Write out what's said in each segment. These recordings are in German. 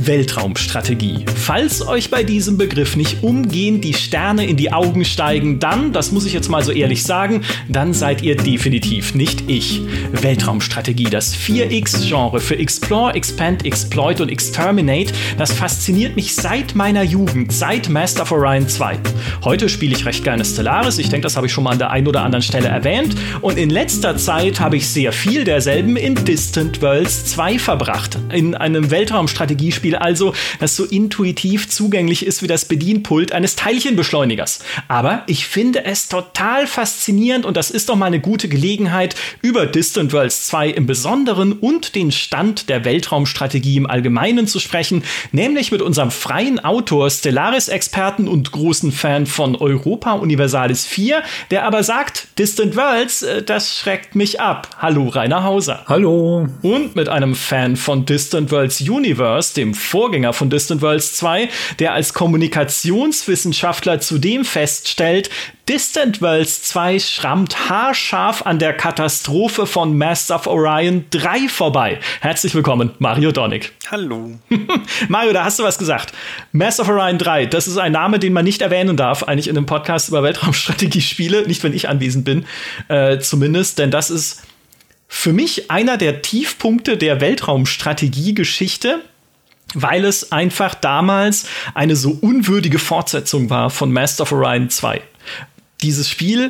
Weltraumstrategie. Falls euch bei diesem Begriff nicht umgehend die Sterne in die Augen steigen, dann, das muss ich jetzt mal so ehrlich sagen, dann seid ihr definitiv nicht ich. Weltraumstrategie, das 4X-Genre für Explore, Expand, Exploit und Exterminate, das fasziniert mich seit meiner Jugend, seit Master of Orion 2. Heute spiele ich recht gerne Stellaris, ich denke, das habe ich schon mal an der einen oder anderen Stelle erwähnt, und in letzter Zeit habe ich sehr viel derselben in Distant Worlds 2 verbracht. In einem Weltraumstrategiespiel also, das so intuitiv zugänglich ist wie das Bedienpult eines Teilchenbeschleunigers. Aber ich finde es total faszinierend und das ist doch mal eine gute Gelegenheit, über Distant Worlds 2 im Besonderen und den Stand der Weltraumstrategie im Allgemeinen zu sprechen, nämlich mit unserem freien Autor, Stellaris-Experten und großen Fan von Europa Universalis 4, der aber sagt, Distant Worlds, das schreckt mich ab. Hallo, Rainer Hauser. Hallo. Und mit einem Fan von Distant Worlds Universe, dem Vorgänger von Distant Worlds 2, der als Kommunikationswissenschaftler zudem feststellt, Distant Worlds 2 schrammt haarscharf an der Katastrophe von Master of Orion 3 vorbei. Herzlich willkommen, Mario Dornig. Hallo. Mario, da hast du was gesagt. Master of Orion 3, das ist ein Name, den man nicht erwähnen darf, eigentlich in einem Podcast über Weltraumstrategiespiele, nicht wenn ich anwesend bin, zumindest, denn das ist für mich einer der Tiefpunkte der Weltraumstrategiegeschichte, weil es einfach damals eine so unwürdige Fortsetzung war von Master of Orion 2. Dieses Spiel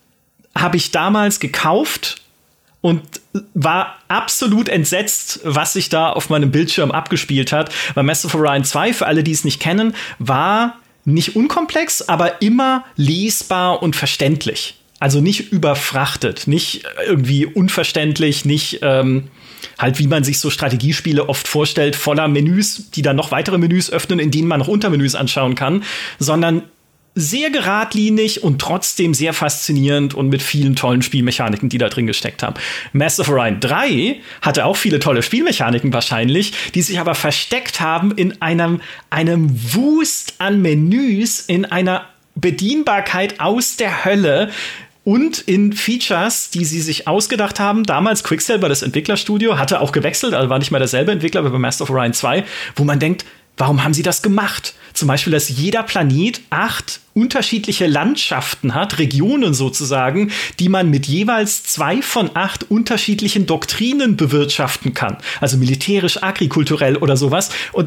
habe ich damals gekauft und war absolut entsetzt, was sich da auf meinem Bildschirm abgespielt hat. Weil Master of Orion 2, für alle, die es nicht kennen, war nicht unkomplex, aber immer lesbar und verständlich. Also nicht überfrachtet, nicht irgendwie unverständlich, nicht halt wie man sich so Strategiespiele oft vorstellt, voller Menüs, die dann noch weitere Menüs öffnen, in denen man noch Untermenüs anschauen kann, sondern sehr geradlinig und trotzdem sehr faszinierend und mit vielen tollen Spielmechaniken, die da drin gesteckt haben. Master of Orion 3 hatte auch viele tolle Spielmechaniken wahrscheinlich, die sich aber versteckt haben in einem Wust an Menüs, in einer Bedienbarkeit aus der Hölle, und in Features, die sie sich ausgedacht haben. Damals Quicksilver, das Entwicklerstudio, hatte auch gewechselt, also war nicht mehr derselbe Entwickler wie bei Master of Orion 2, wo man denkt, warum haben sie das gemacht? Zum Beispiel, dass jeder Planet 8 unterschiedliche Landschaften hat, Regionen sozusagen, die man mit jeweils 2 von 8 unterschiedlichen Doktrinen bewirtschaften kann. Also militärisch, agrikulturell oder sowas. Und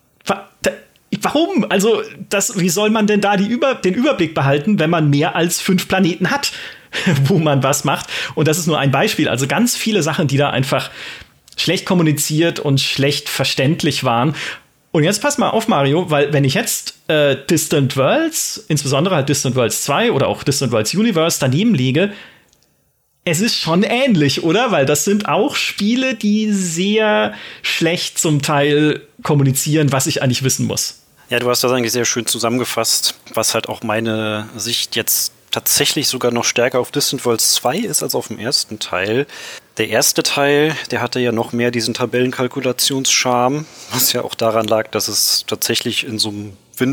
warum? Also, wie soll man denn da den Überblick behalten, wenn man mehr als 5 Planeten hat, wo man was macht? Und das ist nur ein Beispiel. Also ganz viele Sachen, die da einfach schlecht kommuniziert und schlecht verständlich waren. Und jetzt pass mal auf, Mario, weil wenn ich jetzt Distant Worlds, insbesondere halt Distant Worlds 2 oder auch Distant Worlds Universe daneben lege, es ist schon ähnlich, oder? Weil das sind auch Spiele, die sehr schlecht zum Teil kommunizieren, was ich eigentlich wissen muss. Ja, du hast das eigentlich sehr schön zusammengefasst, was halt auch meine Sicht jetzt tatsächlich sogar noch stärker auf Distant Worlds 2 ist als auf dem ersten Teil. Der erste Teil, der hatte ja noch mehr diesen Tabellenkalkulationscharme, was ja auch daran lag, dass es tatsächlich in so einem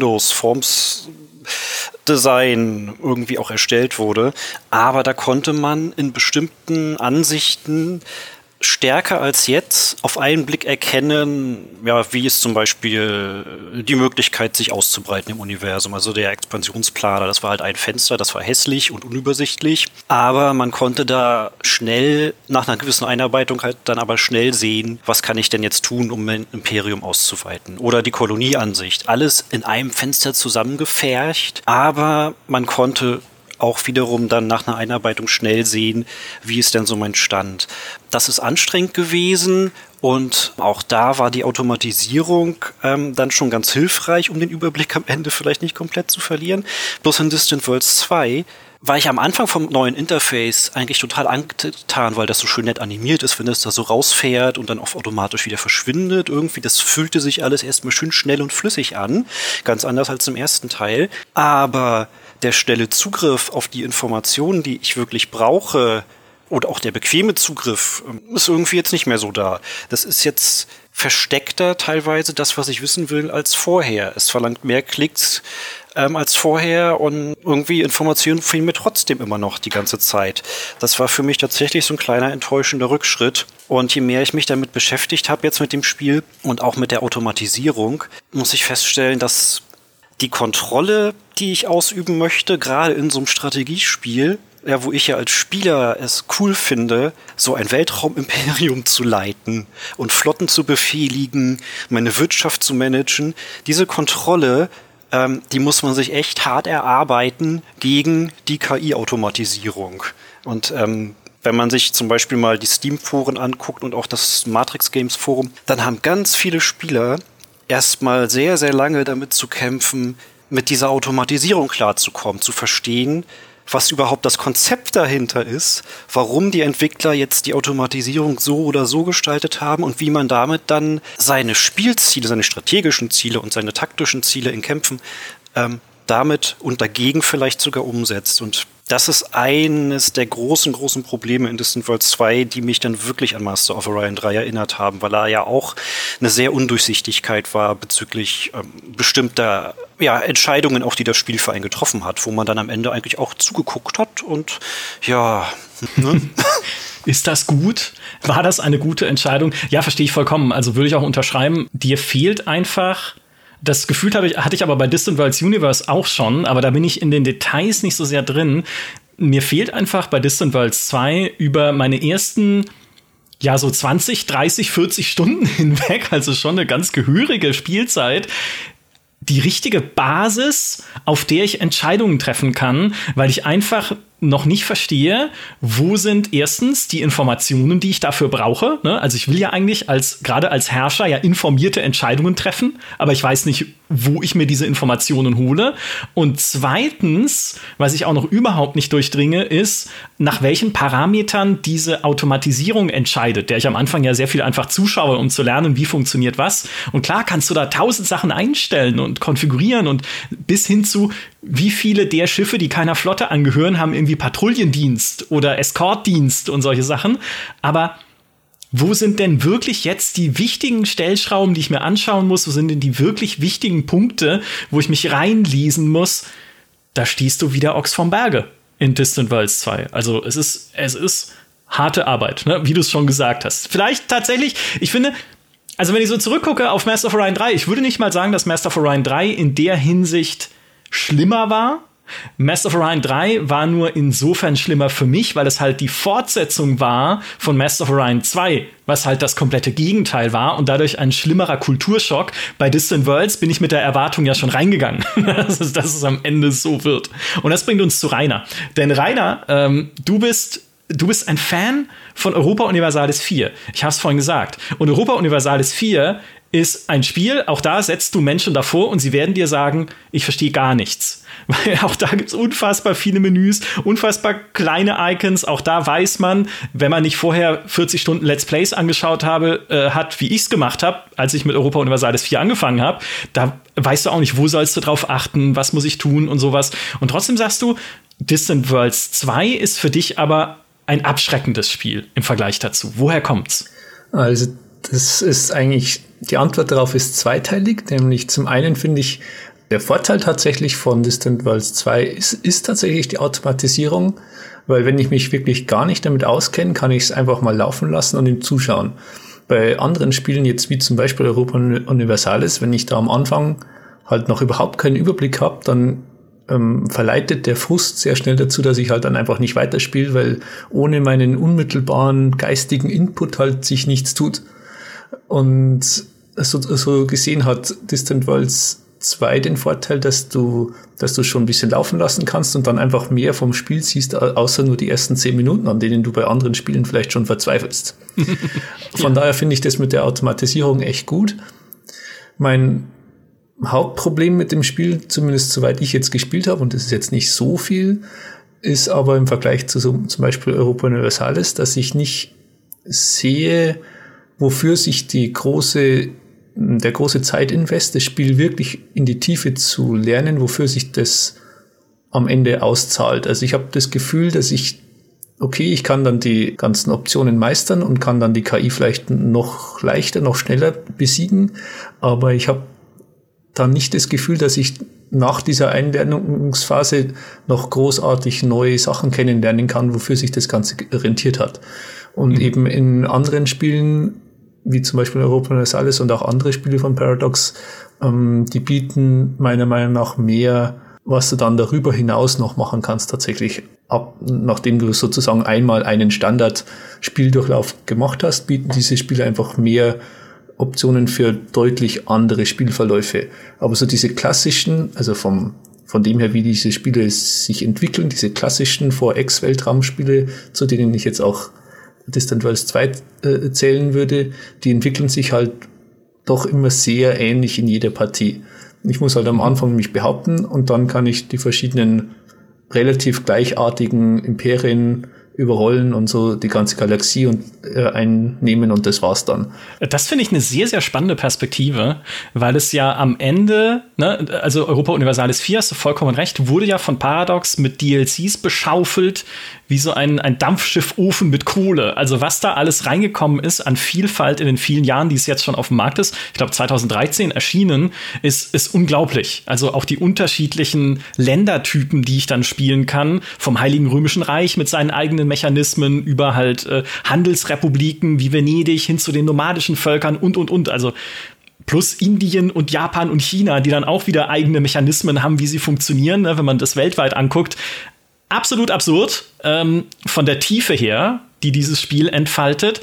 Windows-Forms-Design irgendwie auch erstellt wurde. Aber da konnte man in bestimmten Ansichten stärker als jetzt auf einen Blick erkennen, ja, wie ist zum Beispiel die Möglichkeit, sich auszubreiten im Universum. Also der Expansionsplaner, das war halt ein Fenster, das war hässlich und unübersichtlich. Aber man konnte da schnell, nach einer gewissen Einarbeitung halt dann aber schnell sehen, was kann ich denn jetzt tun, um mein Imperium auszuweiten. Oder die Kolonieansicht. Alles in einem Fenster zusammengepfercht, aber man konnte auch wiederum dann nach einer Einarbeitung schnell sehen, wie ist denn so mein Stand. Das ist anstrengend gewesen und auch da war die Automatisierung dann schon ganz hilfreich, um den Überblick am Ende vielleicht nicht komplett zu verlieren. Bloß in Distant Worlds 2 war ich am Anfang vom neuen Interface eigentlich total angetan, weil das so schön nett animiert ist, wenn es da so rausfährt und dann auch automatisch wieder verschwindet. Irgendwie, das fühlte sich alles erstmal schön schnell und flüssig an. Ganz anders als im ersten Teil. Aber der schnelle Zugriff auf die Informationen, die ich wirklich brauche, oder auch der bequeme Zugriff, ist irgendwie jetzt nicht mehr so da. Das ist jetzt versteckter teilweise, das, was ich wissen will, als vorher. Es verlangt mehr Klicks, als vorher und irgendwie Informationen fehlen mir trotzdem immer noch die ganze Zeit. Das war für mich tatsächlich so ein kleiner enttäuschender Rückschritt. Und je mehr ich mich damit beschäftigt habe jetzt mit dem Spiel und auch mit der Automatisierung, muss ich feststellen, dass die Kontrolle, die ich ausüben möchte, gerade in so einem Strategiespiel, ja, wo ich ja als Spieler es cool finde, so ein Weltraumimperium zu leiten und Flotten zu befehligen, meine Wirtschaft zu managen, diese Kontrolle, die muss man sich echt hart erarbeiten gegen die KI-Automatisierung. Und wenn man sich zum Beispiel mal die Steam-Foren anguckt und auch das Matrix Games Forum, dann haben ganz viele Spieler erstmal sehr, sehr lange damit zu kämpfen, mit dieser Automatisierung klarzukommen, zu verstehen, was überhaupt das Konzept dahinter ist, warum die Entwickler jetzt die Automatisierung so oder so gestaltet haben und wie man damit dann seine Spielziele, seine strategischen Ziele und seine taktischen Ziele in Kämpfen damit und dagegen vielleicht sogar umsetzt. Und das ist eines der großen Probleme in Distant Worlds 2, die mich dann wirklich an Master of Orion 3 erinnert haben, weil er ja auch eine sehr Undurchsichtigkeit war bezüglich bestimmter Entscheidungen, auch die der Spielverein getroffen hat, wo man dann am Ende eigentlich auch zugeguckt hat und ja. Ne? Ist das gut? War das eine gute Entscheidung? Ja, verstehe ich vollkommen. Also würde ich auch unterschreiben, dir fehlt einfach. Das Gefühl hatte ich aber bei Distant Worlds Universe auch schon, aber da bin ich in den Details nicht so sehr drin. Mir fehlt einfach bei Distant Worlds 2 über meine ersten, so 20, 30, 40 Stunden hinweg, also schon eine ganz gehörige Spielzeit, die richtige Basis, auf der ich Entscheidungen treffen kann, weil ich einfach noch nicht verstehe, wo sind erstens die Informationen, die ich dafür brauche. Ne? Also ich will ja eigentlich gerade als Herrscher ja informierte Entscheidungen treffen, aber ich weiß nicht, wo ich mir diese Informationen hole. Und zweitens, was ich auch noch überhaupt nicht durchdringe, ist, nach welchen Parametern diese Automatisierung entscheidet, der ich am Anfang ja sehr viel einfach zuschaue, um zu lernen, wie funktioniert was. Und klar kannst du da 1000 Sachen einstellen und konfigurieren und bis hin zu, wie viele der Schiffe, die keiner Flotte angehören, haben irgendwie Patrouillendienst oder Escortdienst und solche Sachen. Aber wo sind denn wirklich jetzt die wichtigen Stellschrauben, die ich mir anschauen muss? Wo sind denn die wirklich wichtigen Punkte, wo ich mich reinlesen muss? Da stehst du wieder Ochs vom Berge in Distant Worlds 2. Also es ist harte Arbeit, ne? Wie du es schon gesagt hast. Vielleicht tatsächlich, ich finde, also wenn ich so zurückgucke auf Master of Orion 3, ich würde nicht mal sagen, dass Master of Orion 3 in der Hinsicht schlimmer war. Master of Orion 3 war nur insofern schlimmer für mich, weil es halt die Fortsetzung war von Master of Orion 2, was halt das komplette Gegenteil war und dadurch ein schlimmerer Kulturschock. Bei Distant Worlds bin ich mit der Erwartung ja schon reingegangen, dass es am Ende so wird. Und das bringt uns zu Rainer. Denn Rainer, du bist ein Fan von Europa Universalis 4. Ich habe es vorhin gesagt. Und Europa Universalis 4 ist ein Spiel, auch da setzt du Menschen davor und sie werden dir sagen, ich verstehe gar nichts. Weil auch da gibt's unfassbar viele Menüs, unfassbar kleine Icons. Auch da weiß man, wenn man nicht vorher 40 Stunden Let's Plays angeschaut hat, wie ich's gemacht habe, als ich mit Europa Universalis 4 angefangen habe, da weißt du auch nicht, wo sollst du drauf achten, was muss ich tun und sowas. Und trotzdem sagst du, Distant Worlds 2 ist für dich aber ein abschreckendes Spiel im Vergleich dazu. Woher kommt's? Also das ist eigentlich, die Antwort darauf ist zweiteilig, nämlich zum einen finde ich, der Vorteil tatsächlich von Distant Worlds 2 ist tatsächlich die Automatisierung, weil wenn ich mich wirklich gar nicht damit auskenne, kann ich es einfach mal laufen lassen und ihm zuschauen. Bei anderen Spielen jetzt wie zum Beispiel Europa Universalis, wenn ich da am Anfang halt noch überhaupt keinen Überblick habe, dann verleitet der Frust sehr schnell dazu, dass ich halt dann einfach nicht weiterspiele, weil ohne meinen unmittelbaren geistigen Input halt sich nichts tut. Und so gesehen hat Distant Worlds 2 den Vorteil, dass du schon ein bisschen laufen lassen kannst und dann einfach mehr vom Spiel siehst, außer nur die ersten 10 Minuten, an denen du bei anderen Spielen vielleicht schon verzweifelst. Von daher finde ich das mit der Automatisierung echt gut. Mein Hauptproblem mit dem Spiel, zumindest soweit ich jetzt gespielt habe, und das ist jetzt nicht so viel, ist aber im Vergleich zu so, zum Beispiel Europa Universalis, dass ich nicht sehe, wofür sich der große Zeitinvest, das Spiel wirklich in die Tiefe zu lernen, wofür sich das am Ende auszahlt. Also ich habe das Gefühl, dass ich kann dann die ganzen Optionen meistern und kann dann die KI vielleicht noch leichter, noch schneller besiegen, aber ich habe dann nicht das Gefühl, dass ich nach dieser Einlernungsphase noch großartig neue Sachen kennenlernen kann, wofür sich das Ganze rentiert hat. Und eben in anderen Spielen, wie zum Beispiel Europa Universalis und auch andere Spiele von Paradox, die bieten meiner Meinung nach mehr, was du dann darüber hinaus noch machen kannst tatsächlich. Nachdem du sozusagen einmal einen Standard-Spieldurchlauf gemacht hast, bieten diese Spiele einfach mehr Optionen für deutlich andere Spielverläufe. Aber so diese klassischen, also von dem her, wie diese Spiele sich entwickeln, diese klassischen 4X-Weltraumspiele, zu denen ich jetzt auch Distant Worlds 2 zählen würde, die entwickeln sich halt doch immer sehr ähnlich in jeder Partie. Ich muss halt am Anfang mich behaupten und dann kann ich die verschiedenen relativ gleichartigen Imperien überrollen und so die ganze Galaxie und einnehmen und das war's dann. Das finde ich eine sehr, sehr spannende Perspektive, weil es ja am Ende, ne, also Europa Universalis 4, hast du vollkommen recht, wurde ja von Paradox mit DLCs beschaufelt, wie so ein Dampfschiffofen mit Kohle. Also was da alles reingekommen ist an Vielfalt in den vielen Jahren, die es jetzt schon auf dem Markt ist, ich glaube 2013 erschienen, ist unglaublich. Also auch die unterschiedlichen Ländertypen, die ich dann spielen kann, vom Heiligen Römischen Reich mit seinen eigenen Mechanismen über halt Handelsrepubliken wie Venedig hin zu den nomadischen Völkern und. Also plus Indien und Japan und China, die dann auch wieder eigene Mechanismen haben, wie sie funktionieren, ne, wenn man das weltweit anguckt. Absolut absurd, von der Tiefe her, die dieses Spiel entfaltet.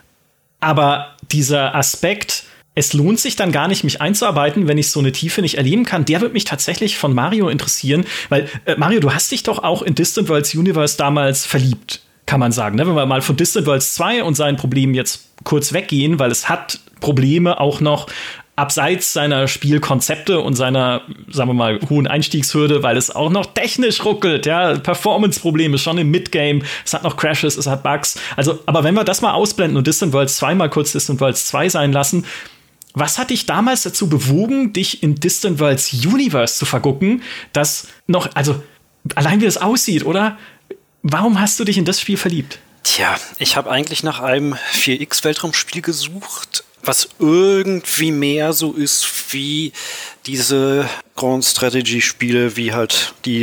Aber dieser Aspekt, es lohnt sich dann gar nicht, mich einzuarbeiten, wenn ich so eine Tiefe nicht erleben kann, der wird mich tatsächlich von Mario interessieren. Weil, Mario, du hast dich doch auch in Distant Worlds Universe damals verliebt, kann man sagen. Ne? Wenn wir mal von Distant Worlds 2 und seinen Problemen jetzt kurz weggehen, weil es hat Probleme auch noch abseits seiner Spielkonzepte und seiner, sagen wir mal, hohen Einstiegshürde, weil es auch noch technisch ruckelt, ja, Performance-Probleme schon im Midgame, es hat noch Crashes, es hat Bugs. Also, aber wenn wir das mal ausblenden und Distant Worlds 2 mal kurz Distant Worlds 2 sein lassen, was hat dich damals dazu bewogen, dich in Distant Worlds Universe zu vergucken, das noch, also allein wie das aussieht, oder? Warum hast du dich in das Spiel verliebt? Tja, ich habe eigentlich nach einem 4X-Weltraumspiel gesucht, was irgendwie mehr so ist wie diese Grand Strategy-Spiele, wie halt die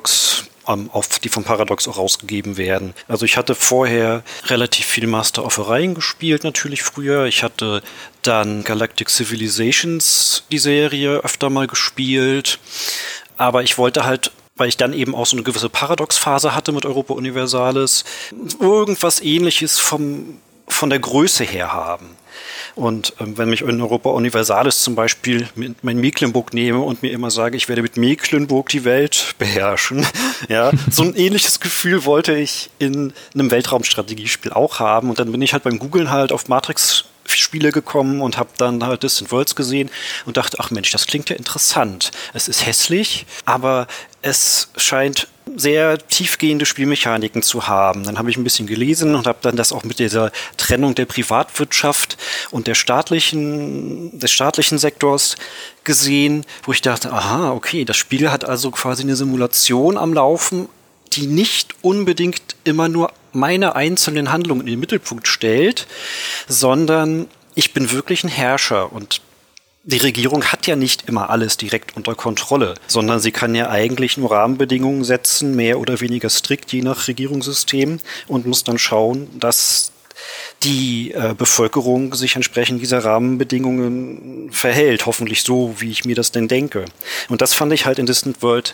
die von Paradox auch rausgegeben werden. Also ich hatte vorher relativ viel Master of Orion gespielt, natürlich früher. Ich hatte dann Galactic Civilizations, die Serie, öfter mal gespielt. Aber ich wollte halt, weil ich dann eben auch so eine gewisse Paradox-Phase hatte mit Europa Universalis, irgendwas Ähnliches von der Größe her haben. Und wenn ich in Europa Universalis zum Beispiel mein Mecklenburg nehme und mir immer sage, ich werde mit Mecklenburg die Welt beherrschen, ja, so ein ähnliches Gefühl wollte ich in einem Weltraumstrategiespiel auch haben. Und dann bin ich halt beim Googlen halt auf Matrix-Spiele gekommen und habe dann halt Distant Worlds gesehen und dachte, ach Mensch, das klingt ja interessant. Es ist hässlich, aber es scheint sehr tiefgehende Spielmechaniken zu haben. Dann habe ich ein bisschen gelesen und habe dann das auch mit dieser Trennung der Privatwirtschaft und des staatlichen Sektors gesehen, wo ich dachte, aha, okay, das Spiel hat also quasi eine Simulation am Laufen, die nicht unbedingt immer nur meine einzelnen Handlungen in den Mittelpunkt stellt, sondern ich bin wirklich ein Herrscher und die Regierung hat ja nicht immer alles direkt unter Kontrolle, sondern sie kann ja eigentlich nur Rahmenbedingungen setzen, mehr oder weniger strikt, je nach Regierungssystem, und muss dann schauen, dass die Bevölkerung sich entsprechend dieser Rahmenbedingungen verhält, hoffentlich so, wie ich mir das denn denke. Und das fand ich halt in Distant Worlds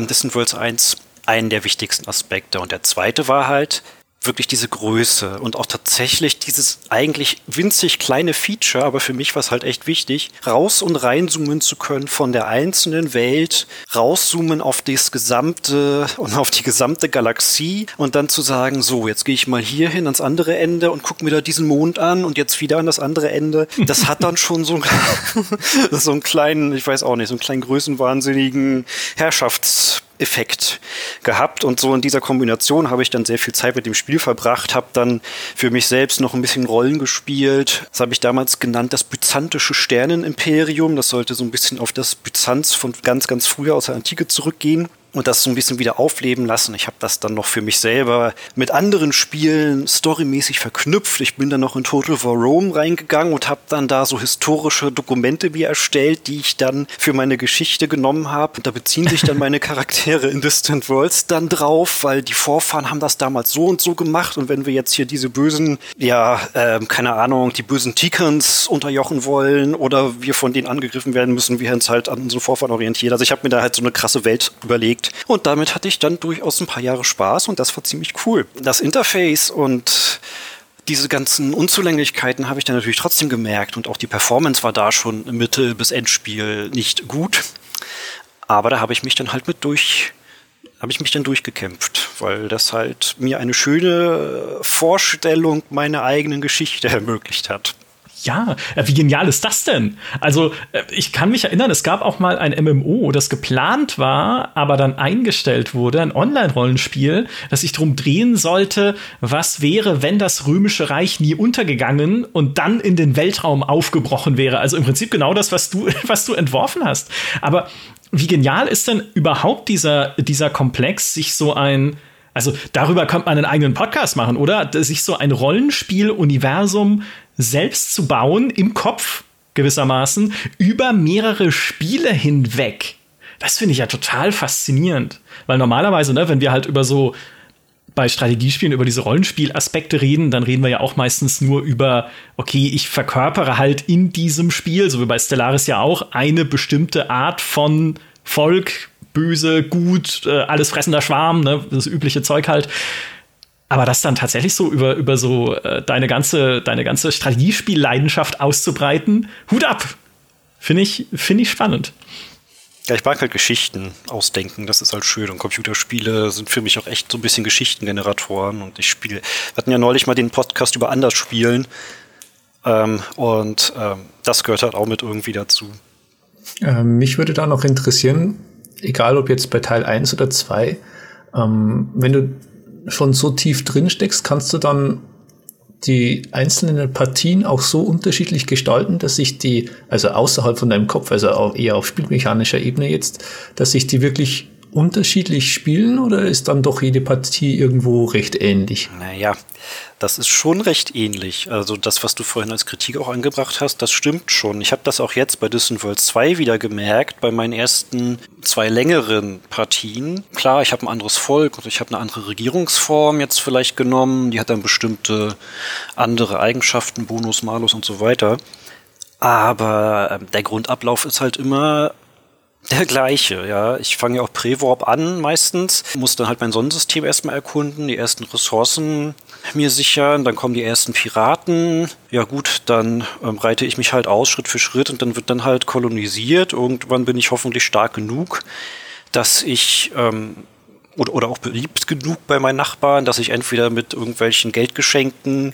1 einen der wichtigsten Aspekte. Und der zweite war halt wirklich diese Größe und auch tatsächlich dieses eigentlich winzig kleine Feature, aber für mich war es halt echt wichtig, raus und reinzoomen zu können von der einzelnen Welt, rauszoomen auf das gesamte und auf die gesamte Galaxie und dann zu sagen, so, jetzt gehe ich mal hier hin ans andere Ende und gucke mir da diesen Mond an und jetzt wieder an das andere Ende. Das hat dann schon so einen kleinen, ich weiß auch nicht, so einen kleinen größenwahnsinnigen Herrschaftseffekt gehabt, und so in dieser Kombination habe ich dann sehr viel Zeit mit dem Spiel verbracht, habe dann für mich selbst noch ein bisschen Rollen gespielt. Das habe ich damals genannt, das byzantische Sternenimperium. Das sollte so ein bisschen auf das Byzanz von ganz, ganz früher aus der Antike zurückgehen. und das so ein bisschen wieder aufleben lassen. Ich habe das dann noch für mich selber mit anderen Spielen storymäßig verknüpft. Ich bin dann noch in Total War Rome reingegangen und habe dann da so historische Dokumente mir erstellt, die ich dann für meine Geschichte genommen habe. Und da beziehen sich dann meine Charaktere in Distant Worlds dann drauf, weil die Vorfahren haben das damals so und so gemacht. Und wenn wir jetzt hier diese bösen, keine Ahnung, die bösen Tikans unterjochen wollen oder wir von denen angegriffen werden, müssen wir uns halt an unseren Vorfahren orientieren. Also ich habe mir da halt so eine krasse Welt überlegt. Und damit hatte ich dann durchaus ein paar Jahre Spaß und das war ziemlich cool. Das Interface und diese ganzen Unzulänglichkeiten habe ich dann natürlich trotzdem gemerkt und auch die Performance war da schon im Mittel- bis Endspiel nicht gut. Aber da habe ich mich dann halt durchgekämpft, weil das halt mir eine schöne Vorstellung meiner eigenen Geschichte ermöglicht hat. Ja, wie genial ist das denn? Also, ich kann mich erinnern, es gab auch mal ein MMO, das geplant war, aber dann eingestellt wurde, ein Online-Rollenspiel, das sich darum drehen sollte, was wäre, wenn das Römische Reich nie untergegangen und dann in den Weltraum aufgebrochen wäre. Also im Prinzip genau das, was du entworfen hast. Aber wie genial ist denn überhaupt dieser Komplex, sich so also darüber könnte man einen eigenen Podcast machen, oder? Sich so ein Rollenspiel-Universum selbst zu bauen, im Kopf gewissermaßen, über mehrere Spiele hinweg. Das finde ich ja total faszinierend. Weil normalerweise, ne, wenn wir halt bei Strategiespielen über diese Rollenspielaspekte reden, dann reden wir ja auch meistens nur über, okay, ich verkörpere halt in diesem Spiel, so wie bei Stellaris ja auch, eine bestimmte Art von Volk, böse, gut, alles fressender Schwarm, ne, das übliche Zeug halt. Aber das dann tatsächlich so über so deine ganze Strategiespielleidenschaft auszubreiten, Hut ab! Finde ich spannend. Ja, ich mag halt Geschichten ausdenken, das ist halt schön. Und Computerspiele sind für mich auch echt so ein bisschen Geschichtengeneratoren. Und wir hatten ja neulich mal den Podcast über Andersspielen. Das gehört halt auch mit irgendwie dazu. Mich würde da noch interessieren, egal ob jetzt bei Teil 1 oder 2, wenn du schon so tief drin steckst, kannst du dann die einzelnen Partien auch so unterschiedlich gestalten, dass sich die, also außerhalb von deinem Kopf, also auch eher auf spielmechanischer Ebene jetzt, dass sich die wirklich unterschiedlich spielen, oder ist dann doch jede Partie irgendwo recht ähnlich? Naja, das ist schon recht ähnlich. Also das, was du vorhin als Kritik auch angebracht hast, das stimmt schon. Ich habe das auch jetzt bei Distant Worlds 2 wieder gemerkt, bei meinen ersten 2 längeren Partien. Klar, ich habe ein anderes Volk und ich habe eine andere Regierungsform jetzt vielleicht genommen. Die hat dann bestimmte andere Eigenschaften, Bonus, Malus und so weiter. Aber der Grundablauf ist halt immer der gleiche, ja. Ich fange ja auch Prä-Warp an meistens, muss dann halt mein Sonnensystem erstmal erkunden, die ersten Ressourcen mir sichern, dann kommen die ersten Piraten. Ja gut, dann reite ich mich halt aus, Schritt für Schritt, und dann wird dann halt kolonisiert. Irgendwann bin ich hoffentlich stark genug, dass ich oder auch beliebt genug bei meinen Nachbarn, dass ich entweder mit irgendwelchen Geldgeschenken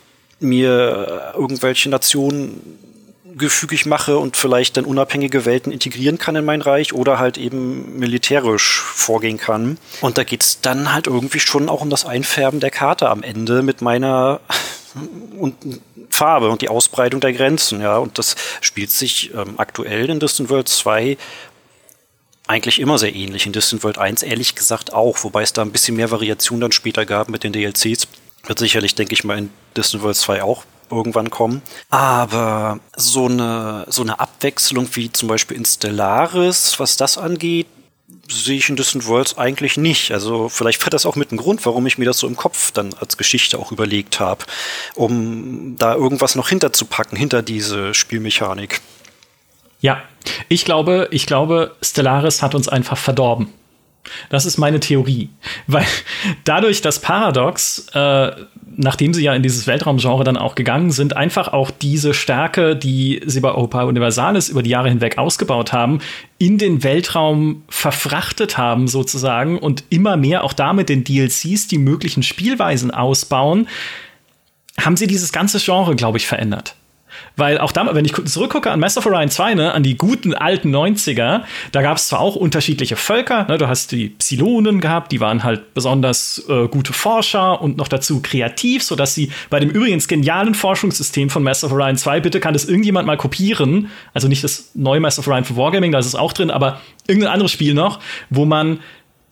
mir irgendwelche Nationen gefügig mache und vielleicht dann unabhängige Welten integrieren kann in mein Reich oder halt eben militärisch vorgehen kann. Und da geht's dann halt irgendwie schon auch um das Einfärben der Karte am Ende mit meiner Farbe und die Ausbreitung der Grenzen. Ja, und das spielt sich aktuell in Distant Worlds 2 eigentlich immer sehr ähnlich. In Distant World 1 ehrlich gesagt auch, wobei es da ein bisschen mehr Variation dann später gab mit den DLCs. Wird sicherlich, denke ich mal, in Distant World 2 auch irgendwann kommen. Aber so eine Abwechslung wie zum Beispiel in Stellaris, was das angeht, sehe ich in Distant Worlds eigentlich nicht. Also vielleicht war das auch mit ein Grund, warum ich mir das so im Kopf dann als Geschichte auch überlegt habe, um da irgendwas noch hinterzupacken, hinter diese Spielmechanik. Ja, ich glaube, Stellaris hat uns einfach verdorben. Das ist meine Theorie. Weil dadurch, dass Paradox, nachdem sie ja in dieses Weltraumgenre dann auch gegangen sind, einfach auch diese Stärke, die sie bei Europa Universalis über die Jahre hinweg ausgebaut haben, in den Weltraum verfrachtet haben sozusagen und immer mehr auch damit den DLCs die möglichen Spielweisen ausbauen, haben sie dieses ganze Genre, glaube ich, verändert. Weil auch damals, wenn ich zurückgucke an Mass of Orion 2, ne, an die guten alten 90er, da gab es zwar auch unterschiedliche Völker, ne, du hast die Psilonen gehabt, die waren halt besonders gute Forscher und noch dazu kreativ, sodass sie bei dem übrigens genialen Forschungssystem von Mass of Orion 2, bitte kann das irgendjemand mal kopieren, also nicht das neue Mass of Orion für Wargaming, da ist es auch drin, aber irgendein anderes Spiel noch, wo man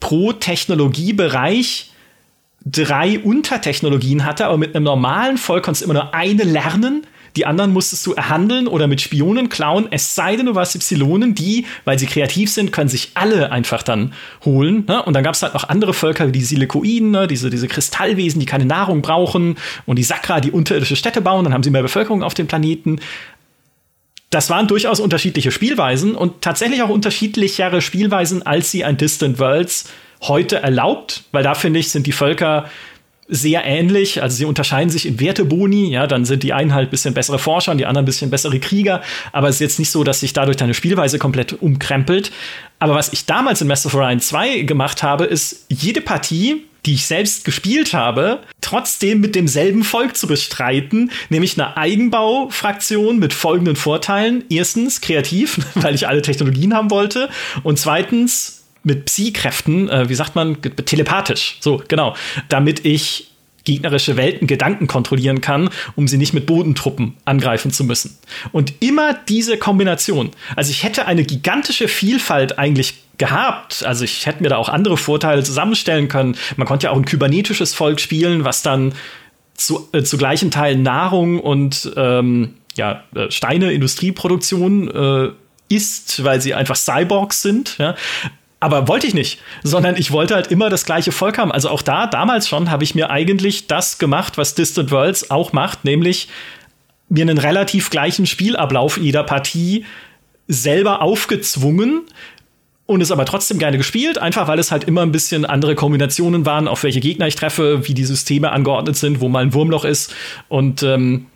pro Technologiebereich 3 Untertechnologien hatte, aber mit einem normalen Volk konntest du immer nur eine lernen. Die anderen musstest du erhandeln oder mit Spionen klauen, es sei denn, du warst Ypsilonen, die, weil sie kreativ sind, können sich alle einfach dann holen. Ne? Und dann gab es halt noch andere Völker wie die Silikoiden, ne? diese Kristallwesen, die keine Nahrung brauchen, und die Sakra, die unterirdische Städte bauen, dann haben sie mehr Bevölkerung auf dem Planeten. Das waren durchaus unterschiedliche Spielweisen und tatsächlich auch unterschiedlichere Spielweisen, als sie ein Distant Worlds heute erlaubt, weil da, finde ich, sind die Völker sehr ähnlich, also sie unterscheiden sich in Werteboni, ja, dann sind die einen halt ein bisschen bessere Forscher und die anderen ein bisschen bessere Krieger, aber es ist jetzt nicht so, dass sich dadurch deine Spielweise komplett umkrempelt. Aber was ich damals in Master of Orion 2 gemacht habe, ist jede Partie, die ich selbst gespielt habe, trotzdem mit demselben Volk zu bestreiten, nämlich eine Eigenbaufraktion mit folgenden Vorteilen. Erstens kreativ, weil ich alle Technologien haben wollte, und zweitens mit Psi-Kräften, wie sagt man, telepathisch, so, genau, damit ich gegnerische Welten Gedanken kontrollieren kann, um sie nicht mit Bodentruppen angreifen zu müssen. Und immer diese Kombination. Also ich hätte eine gigantische Vielfalt eigentlich gehabt. Also ich hätte mir da auch andere Vorteile zusammenstellen können. Man konnte ja auch ein kybernetisches Volk spielen, was dann zu gleichen Teilen Nahrung und Steine, Industrieproduktion ist, weil sie einfach Cyborgs sind, ja. Aber wollte ich nicht, sondern ich wollte halt immer das gleiche Volk haben. Also auch damals schon, habe ich mir eigentlich das gemacht, was Distant Worlds auch macht, nämlich mir einen relativ gleichen Spielablauf jeder Partie selber aufgezwungen und es aber trotzdem gerne gespielt, einfach weil es halt immer ein bisschen andere Kombinationen waren, auf welche Gegner ich treffe, wie die Systeme angeordnet sind, wo mal ein Wurmloch ist. Und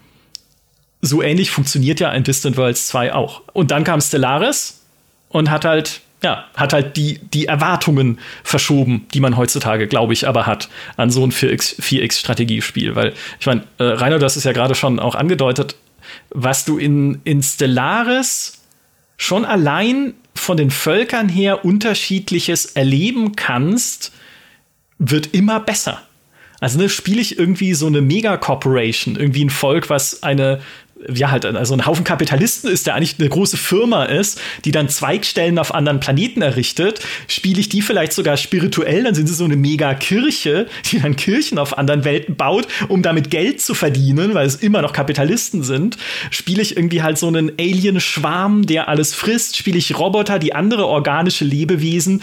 so ähnlich funktioniert ja ein Distant Worlds 2 auch. Und dann kam Stellaris und hat halt die Erwartungen verschoben, die man heutzutage, glaube ich, aber hat an so ein 4X-Strategiespiel. Weil, ich meine, Rainer, du hast es ja gerade schon auch angedeutet, was du in Stellaris schon allein von den Völkern her Unterschiedliches erleben kannst, wird immer besser. Also spiele ich irgendwie so eine Mega-Corporation, irgendwie ein Volk, was also ein Haufen Kapitalisten ist, der eigentlich eine große Firma ist, die dann Zweigstellen auf anderen Planeten errichtet, spiele ich die vielleicht sogar spirituell, dann sind sie so eine Mega-Kirche, die dann Kirchen auf anderen Welten baut, um damit Geld zu verdienen, weil es immer noch Kapitalisten sind. Spiele ich irgendwie halt so einen Alien-Schwarm, der alles frisst, spiele ich Roboter, die andere organische Lebewesen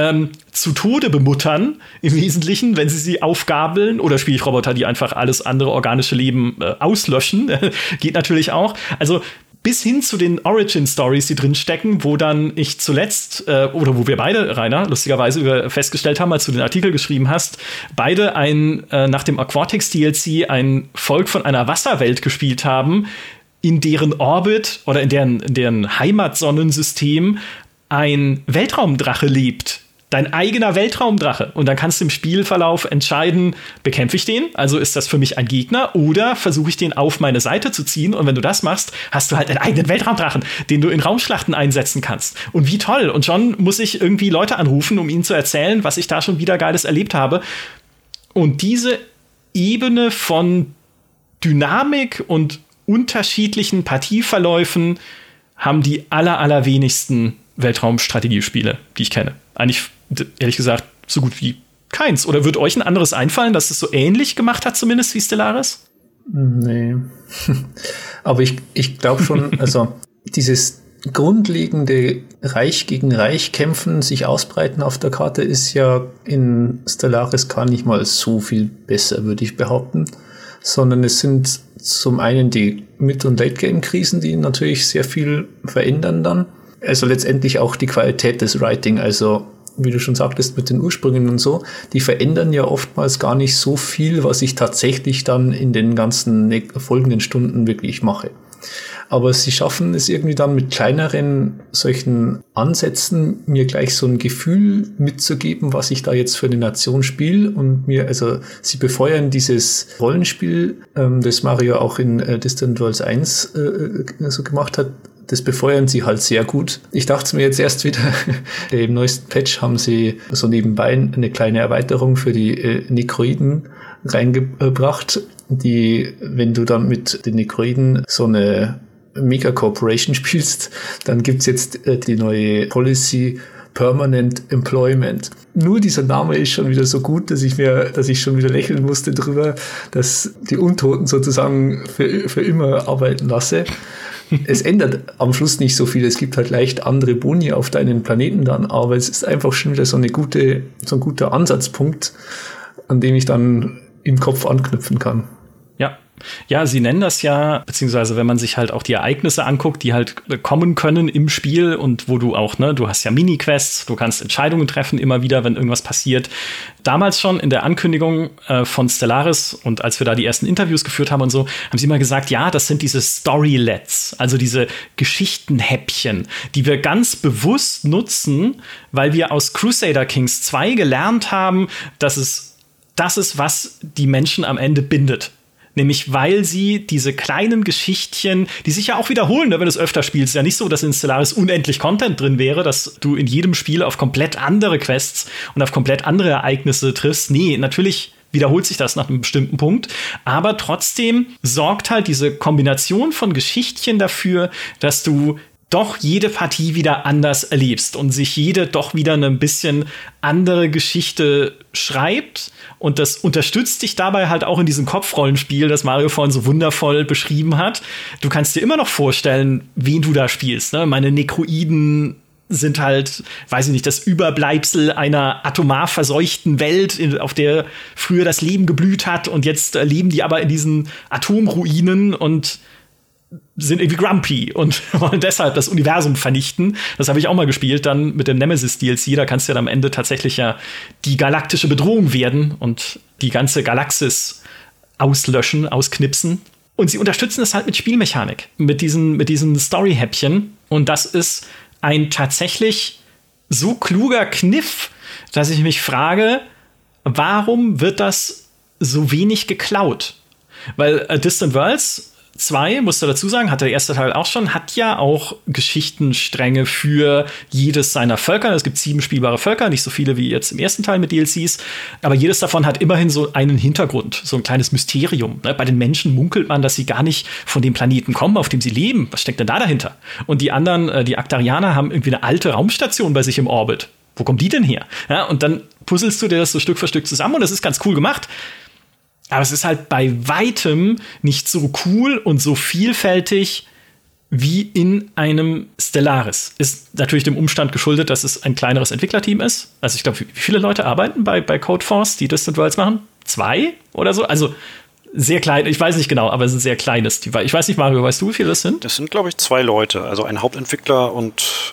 zu Tode bemuttern, im Wesentlichen, wenn sie aufgabeln, oder spiele ich Roboter, die einfach alles andere organische Leben auslöschen. Geht natürlich auch. Also bis hin zu den Origin-Stories, die drin stecken, wo dann ich zuletzt, oder wo wir beide, Rainer, lustigerweise festgestellt haben, als du den Artikel geschrieben hast, beide nach dem Aquatics DLC ein Volk von einer Wasserwelt gespielt haben, in deren Orbit oder in deren Heimatsonnensystem ein Weltraumdrache lebt. Dein eigener Weltraumdrache. Und dann kannst du im Spielverlauf entscheiden, bekämpfe ich den? Also ist das für mich ein Gegner? Oder versuche ich den auf meine Seite zu ziehen? Und wenn du das machst, hast du halt einen eigenen Weltraumdrachen, den du in Raumschlachten einsetzen kannst. Und wie toll. Und schon muss ich irgendwie Leute anrufen, um ihnen zu erzählen, was ich da schon wieder Geiles erlebt habe. Und diese Ebene von Dynamik und unterschiedlichen Partieverläufen haben die allerwenigsten Weltraumstrategiespiele, die ich kenne. Eigentlich, ehrlich gesagt, so gut wie keins. Oder wird euch ein anderes einfallen, dass es so ähnlich gemacht hat, zumindest wie Stellaris? Nee. Aber ich glaube schon, also dieses grundlegende Reich gegen Reich kämpfen, sich ausbreiten auf der Karte ist ja in Stellaris gar nicht mal so viel besser, würde ich behaupten. Sondern es sind zum einen die Mid- und Late-Game-Krisen, die natürlich sehr viel verändern dann. Also letztendlich auch die Qualität des Writing, also wie du schon sagtest mit den Ursprüngen und so, die verändern ja oftmals gar nicht so viel, was ich tatsächlich dann in den ganzen folgenden Stunden wirklich mache. Aber sie schaffen es irgendwie dann mit kleineren solchen Ansätzen, mir gleich so ein Gefühl mitzugeben, was ich da jetzt für eine Nation spiele und sie befeuern dieses Rollenspiel, das Mario auch in Distant Worlds 1 so gemacht hat. Das befeuern sie halt sehr gut. Ich dachte mir jetzt erst wieder, im neuesten Patch haben sie so nebenbei eine kleine Erweiterung für die Nekroiden reingebracht, die, wenn du dann mit den Nekroiden so eine Mega-Corporation spielst, dann gibt's jetzt die neue Policy Permanent Employment. Nur dieser Name ist schon wieder so gut, dass ich schon wieder lächeln musste drüber, dass die Untoten sozusagen für immer arbeiten lasse. Es ändert am Schluss nicht so viel. Es gibt halt leicht andere Boni auf deinen Planeten dann, aber es ist einfach schon wieder so ein guter Ansatzpunkt, an dem ich dann im Kopf anknüpfen kann. Ja, sie nennen das ja, beziehungsweise wenn man sich halt auch die Ereignisse anguckt, die halt kommen können im Spiel und wo du auch, ne, du hast ja Mini-Quests, du kannst Entscheidungen treffen immer wieder, wenn irgendwas passiert. Damals schon in der Ankündigung von Stellaris und als wir da die ersten Interviews geführt haben und so, haben sie immer gesagt, ja, das sind diese Storylets, also diese Geschichtenhäppchen, die wir ganz bewusst nutzen, weil wir aus Crusader Kings 2 gelernt haben, dass es das ist, was die Menschen am Ende bindet. Nämlich, weil sie diese kleinen Geschichtchen, die sich ja auch wiederholen, wenn du es öfter spielst. Ist ja nicht so, dass in Stellaris unendlich Content drin wäre, dass du in jedem Spiel auf komplett andere Quests und auf komplett andere Ereignisse triffst. Nee, natürlich wiederholt sich das nach einem bestimmten Punkt. Aber trotzdem sorgt halt diese Kombination von Geschichtchen dafür, dass du doch jede Partie wieder anders erlebst und sich jede doch wieder eine ein bisschen andere Geschichte schreibt. Und das unterstützt dich dabei halt auch in diesem Kopfrollenspiel, das Mario vorhin so wundervoll beschrieben hat. Du kannst dir immer noch vorstellen, wen du da spielst. Ne? Meine Nekroiden sind halt, weiß ich nicht, das Überbleibsel einer atomar verseuchten Welt, auf der früher das Leben geblüht hat. Und jetzt leben die aber in diesen Atomruinen und sind irgendwie grumpy und wollen deshalb das Universum vernichten. Das habe ich auch mal gespielt, dann mit dem Nemesis-DLC. Da kannst du ja am Ende tatsächlich ja die galaktische Bedrohung werden und die ganze Galaxis auslöschen, ausknipsen. Und sie unterstützen es halt mit Spielmechanik, mit diesen Story-Häppchen. Und das ist ein tatsächlich so kluger Kniff, dass ich mich frage, warum wird das so wenig geklaut? Weil Distant Worlds 2, musst du dazu sagen, hat der erste Teil auch schon, hat ja auch Geschichtenstränge für jedes seiner Völker. Es gibt 7 spielbare Völker, nicht so viele wie jetzt im ersten Teil mit DLCs, aber jedes davon hat immerhin so einen Hintergrund, so ein kleines Mysterium. Bei den Menschen munkelt man, dass sie gar nicht von dem Planeten kommen, auf dem sie leben. Was steckt denn da dahinter? Und die anderen, die Aktarianer, haben irgendwie eine alte Raumstation bei sich im Orbit. Wo kommt die denn her? Ja, und dann puzzelst du dir das so Stück für Stück zusammen und das ist ganz cool gemacht. Aber es ist halt bei weitem nicht so cool und so vielfältig wie in einem Stellaris. Ist natürlich dem Umstand geschuldet, dass es ein kleineres Entwicklerteam ist. Also ich glaube, wie viele Leute arbeiten bei Codeforce, die Distant Worlds machen? 2 oder so? Also sehr klein, ich weiß nicht genau, aber es ist ein sehr kleines Team. Ich weiß nicht, Mario, weißt du, wie viele das sind? Das sind, glaube ich, 2 Leute. Also ein Hauptentwickler und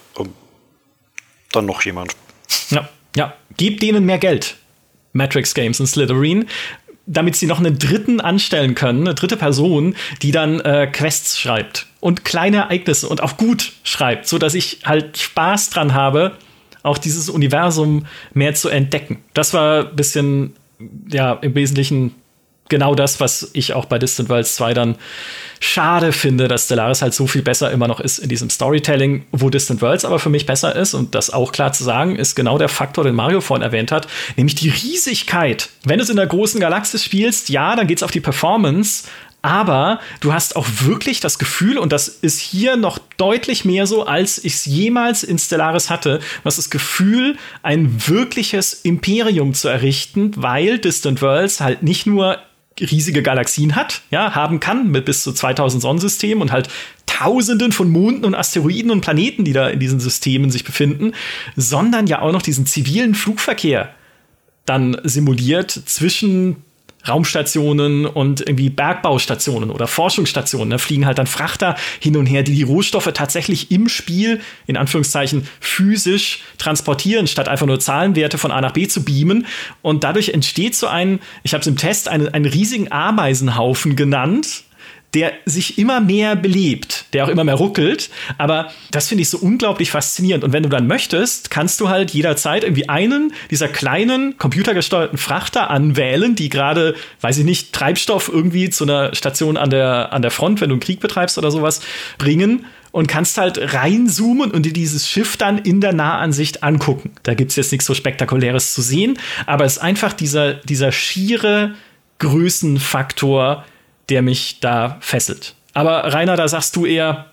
dann noch jemand. Ja. Gebt denen mehr Geld. Matrix Games und Slitherine, damit sie noch einen dritten anstellen können, eine dritte Person, die dann Quests schreibt und kleine Ereignisse und auch gut schreibt, so dass ich halt Spaß dran habe, auch dieses Universum mehr zu entdecken. Das war ein bisschen, ja, im Wesentlichen genau das, was ich auch bei Distant Worlds 2 dann schade finde, dass Stellaris halt so viel besser immer noch ist in diesem Storytelling, wo Distant Worlds aber für mich besser ist, und das auch klar zu sagen, ist genau der Faktor, den Mario vorhin erwähnt hat, nämlich die Riesigkeit. Wenn du es in der großen Galaxis spielst, ja, dann geht's auf die Performance, aber du hast auch wirklich das Gefühl, und das ist hier noch deutlich mehr so, als ich es jemals in Stellaris hatte, du hast das Gefühl, ein wirkliches Imperium zu errichten, weil Distant Worlds halt nicht nur riesige Galaxien hat, ja, haben kann mit bis zu 2000 Sonnensystemen und halt Tausenden von Monden und Asteroiden und Planeten, die da in diesen Systemen sich befinden, sondern ja auch noch diesen zivilen Flugverkehr dann simuliert zwischen Raumstationen und irgendwie Bergbaustationen oder Forschungsstationen. Da fliegen halt dann Frachter hin und her, die Rohstoffe tatsächlich im Spiel, in Anführungszeichen, physisch transportieren, statt einfach nur Zahlenwerte von A nach B zu beamen. Und dadurch entsteht so ich habe es im Test einen riesigen Ameisenhaufen genannt, der sich immer mehr belebt, der auch immer mehr ruckelt. Aber das finde ich so unglaublich faszinierend. Und wenn du dann möchtest, kannst du halt jederzeit irgendwie einen dieser kleinen, computergesteuerten Frachter anwählen, die gerade, weiß ich nicht, Treibstoff irgendwie zu einer Station an der Front, wenn du einen Krieg betreibst oder sowas, bringen. Und kannst halt reinzoomen und dir dieses Schiff dann in der Nahansicht angucken. Da gibt es jetzt nichts so Spektakuläres zu sehen. Aber es ist einfach dieser schiere Größenfaktor, der mich da fesselt. Aber Rainer, da sagst du eher,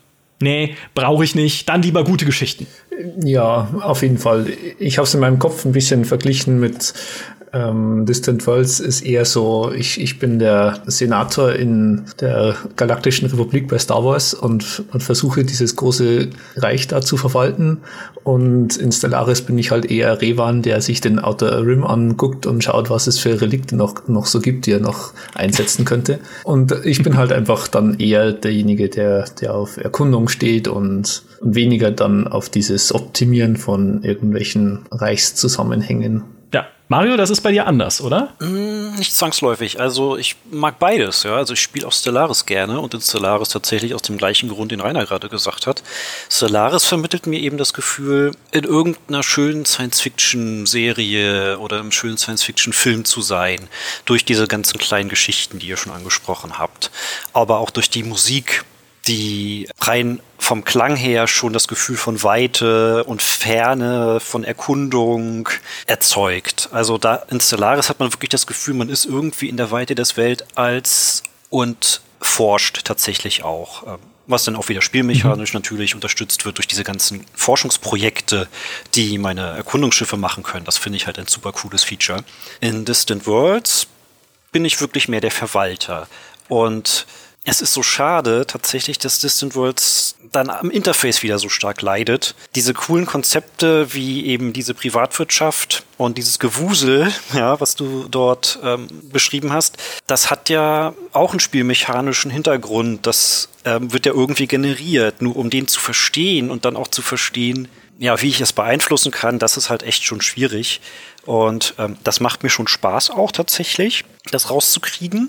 nee, brauche ich nicht, dann lieber gute Geschichten. Ja, auf jeden Fall. Ich habe es in meinem Kopf ein bisschen verglichen mit Distant Worlds ist eher so, ich bin der Senator in der Galaktischen Republik bei Star Wars und versuche dieses große Reich da zu verwalten. Und in Stellaris bin ich halt eher Revan, der sich den Outer Rim anguckt und schaut, was es für Relikte noch so gibt, die er noch einsetzen könnte. Und ich bin halt einfach dann eher derjenige, der auf Erkundung steht und weniger dann auf dieses Optimieren von irgendwelchen Reichszusammenhängen. Ja, Mario, das ist bei dir anders, oder? Nicht zwangsläufig. Also ich mag beides. Ja, also ich spiele auch Stellaris gerne und in Stellaris tatsächlich aus dem gleichen Grund, den Rainer gerade gesagt hat. Stellaris vermittelt mir eben das Gefühl, in irgendeiner schönen Science-Fiction-Serie oder im schönen Science-Fiction-Film zu sein. Durch diese ganzen kleinen Geschichten, die ihr schon angesprochen habt. Aber auch durch die Musik, die rein vom Klang her schon das Gefühl von Weite und Ferne, von Erkundung erzeugt. Also da in Stellaris hat man wirklich das Gefühl, man ist irgendwie in der Weite des Weltalls und forscht tatsächlich auch. Was dann auch wieder spielmechanisch natürlich unterstützt wird durch diese ganzen Forschungsprojekte, die meine Erkundungsschiffe machen können. Das finde ich halt ein super cooles Feature. In Distant Worlds bin ich wirklich mehr der Verwalter. Und es ist so schade tatsächlich, dass Distant Worlds dann am Interface wieder so stark leidet. Diese coolen Konzepte wie eben diese Privatwirtschaft und dieses Gewusel, ja, was du dort beschrieben hast, das hat ja auch einen spielmechanischen Hintergrund. Das wird ja irgendwie generiert, nur um den zu verstehen und dann auch zu verstehen, ja, wie ich es beeinflussen kann, das ist halt echt schon schwierig. Und das macht mir schon Spaß auch tatsächlich, das rauszukriegen.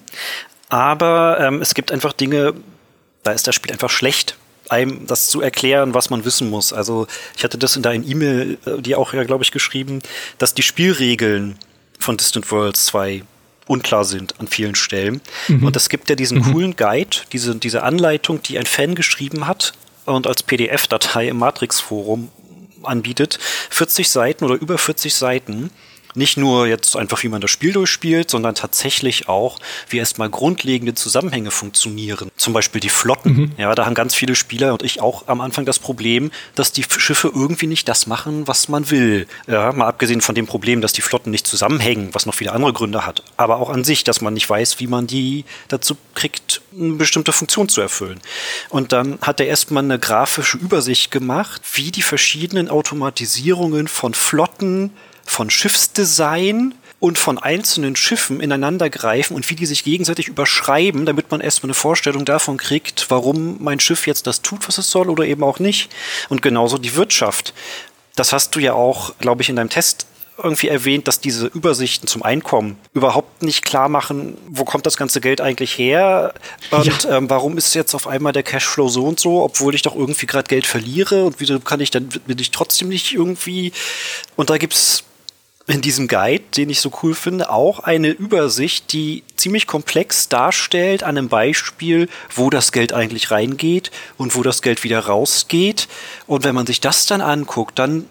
Aber es gibt einfach Dinge, da ist das Spiel einfach schlecht, einem das zu erklären, was man wissen muss. Also ich hatte das in deiner E-Mail, die auch ja, glaube ich, geschrieben, dass die Spielregeln von Distant Worlds 2 unklar sind an vielen Stellen. Und es gibt ja diesen coolen Guide, diese Anleitung, die ein Fan geschrieben hat und als PDF-Datei im Matrix-Forum anbietet. 40 Seiten oder über 40 Seiten. Nicht nur jetzt einfach, wie man das Spiel durchspielt, sondern tatsächlich auch, wie erstmal grundlegende Zusammenhänge funktionieren. Zum Beispiel die Flotten. Ja, da haben ganz viele Spieler und ich auch am Anfang das Problem, dass die Schiffe irgendwie nicht das machen, was man will. Ja, mal abgesehen von dem Problem, dass die Flotten nicht zusammenhängen, was noch viele andere Gründe hat. Aber auch an sich, dass man nicht weiß, wie man die dazu kriegt, eine bestimmte Funktion zu erfüllen. Und dann hat er erstmal eine grafische Übersicht gemacht, wie die verschiedenen Automatisierungen von Flotten, von Schiffsdesign und von einzelnen Schiffen ineinander greifen und wie die sich gegenseitig überschreiben, damit man erstmal eine Vorstellung davon kriegt, warum mein Schiff jetzt das tut, was es soll oder eben auch nicht. Und genauso die Wirtschaft. Das hast du ja auch, glaube ich, in deinem Test irgendwie erwähnt, dass diese Übersichten zum Einkommen überhaupt nicht klar machen, wo kommt das ganze Geld eigentlich her und warum ist jetzt auf einmal der Cashflow so und so, obwohl ich doch irgendwie gerade Geld verliere und wieso kann ich dann, bin ich trotzdem nicht irgendwie, und da gibt's in diesem Guide, den ich so cool finde, auch eine Übersicht, die ziemlich komplex darstellt an einem Beispiel, wo das Geld eigentlich reingeht und wo das Geld wieder rausgeht. Und wenn man sich das dann anguckt, dann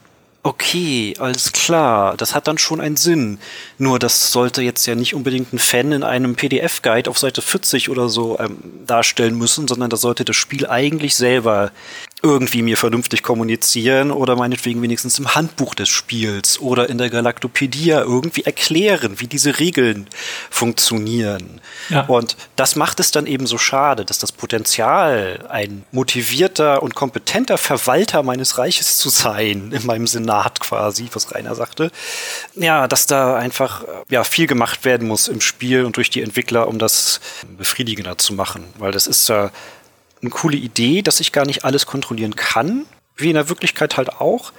okay, alles klar, das hat dann schon einen Sinn. Nur das sollte jetzt ja nicht unbedingt ein Fan in einem PDF-Guide auf Seite 40 oder so darstellen müssen, sondern das sollte das Spiel eigentlich selber irgendwie mir vernünftig kommunizieren oder meinetwegen wenigstens im Handbuch des Spiels oder in der Galactopedia irgendwie erklären, wie diese Regeln funktionieren. Ja. Und das macht es dann eben so schade, dass das Potenzial, ein motivierter und kompetenter Verwalter meines Reiches zu sein, in meinem Senat quasi, was Rainer sagte, ja, dass da einfach viel gemacht werden muss im Spiel und durch die Entwickler, um das befriedigender zu machen. Weil das ist ja eine coole Idee, dass ich gar nicht alles kontrollieren kann, wie in der Wirklichkeit halt auch,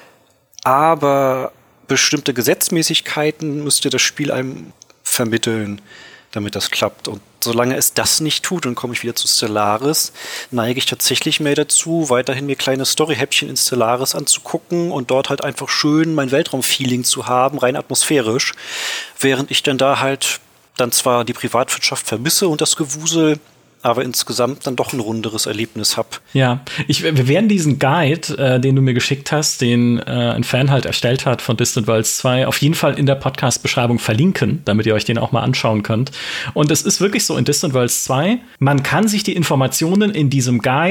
aber bestimmte Gesetzmäßigkeiten müsste das Spiel einem vermitteln, damit das klappt. Und solange es das nicht tut, und komme ich wieder zu Stellaris, neige ich tatsächlich mehr dazu, weiterhin mir kleine Story-Häppchen in Stellaris anzugucken und dort halt einfach schön mein Weltraum-Feeling zu haben, rein atmosphärisch, während ich dann da halt dann zwar die Privatwirtschaft vermisse und das Gewusel, aber insgesamt dann doch ein runderes Erlebnis habe. Ja, wir werden diesen Guide, den du mir geschickt hast, den ein Fan halt erstellt hat von Distant Worlds 2, auf jeden Fall in der Podcast-Beschreibung verlinken, damit ihr euch den auch mal anschauen könnt. Und es ist wirklich so, in Distant Worlds 2, man kann sich die Informationen in diesem Guide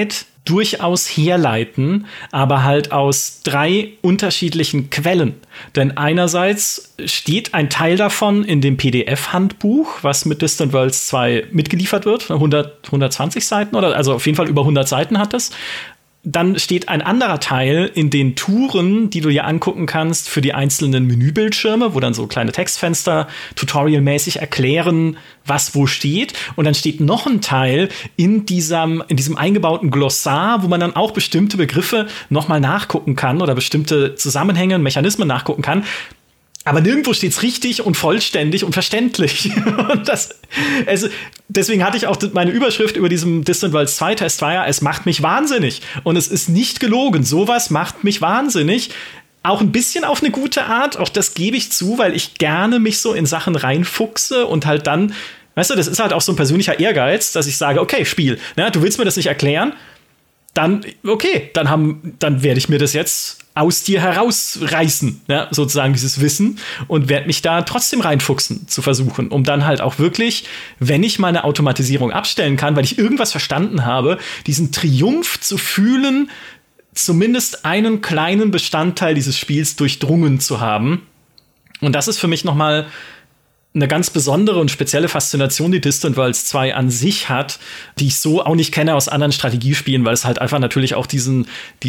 durchaus herleiten, aber halt aus 3 unterschiedlichen Quellen. Denn einerseits steht ein Teil davon in dem PDF-Handbuch, was mit Distant Worlds 2 mitgeliefert wird, 120 Seiten oder also auf jeden Fall über 100 Seiten hat es. Dann steht ein anderer Teil in den Touren, die du dir angucken kannst für die einzelnen Menübildschirme, wo dann so kleine Textfenster tutorialmäßig erklären, was wo steht. Und dann steht noch ein Teil in diesem eingebauten Glossar, wo man dann auch bestimmte Begriffe nochmal nachgucken kann oder bestimmte Zusammenhänge und Mechanismen nachgucken kann. Aber nirgendwo steht's richtig und vollständig und verständlich. Und deswegen hatte ich auch meine Überschrift über diesem Distant Worlds 2 Test war ja, es macht mich wahnsinnig. Und es ist nicht gelogen. Sowas macht mich wahnsinnig. Auch ein bisschen auf eine gute Art. Auch das gebe ich zu, weil ich gerne mich so in Sachen reinfuchse und halt dann, weißt du, das ist halt auch so ein persönlicher Ehrgeiz, dass ich sage, okay, Spiel, ne, du willst mir das nicht erklären? Dann, okay, dann werde ich mir das jetzt aus dir herausreißen, ja, sozusagen dieses Wissen und werde mich da trotzdem reinfuchsen zu versuchen, um dann halt auch wirklich, wenn ich meine Automatisierung abstellen kann, weil ich irgendwas verstanden habe, diesen Triumph zu fühlen, zumindest einen kleinen Bestandteil dieses Spiels durchdrungen zu haben. Und das ist für mich nochmal eine ganz besondere und spezielle Faszination, die Distant Worlds 2 an sich hat, die ich so auch nicht kenne aus anderen Strategiespielen, weil es halt einfach natürlich auch dieses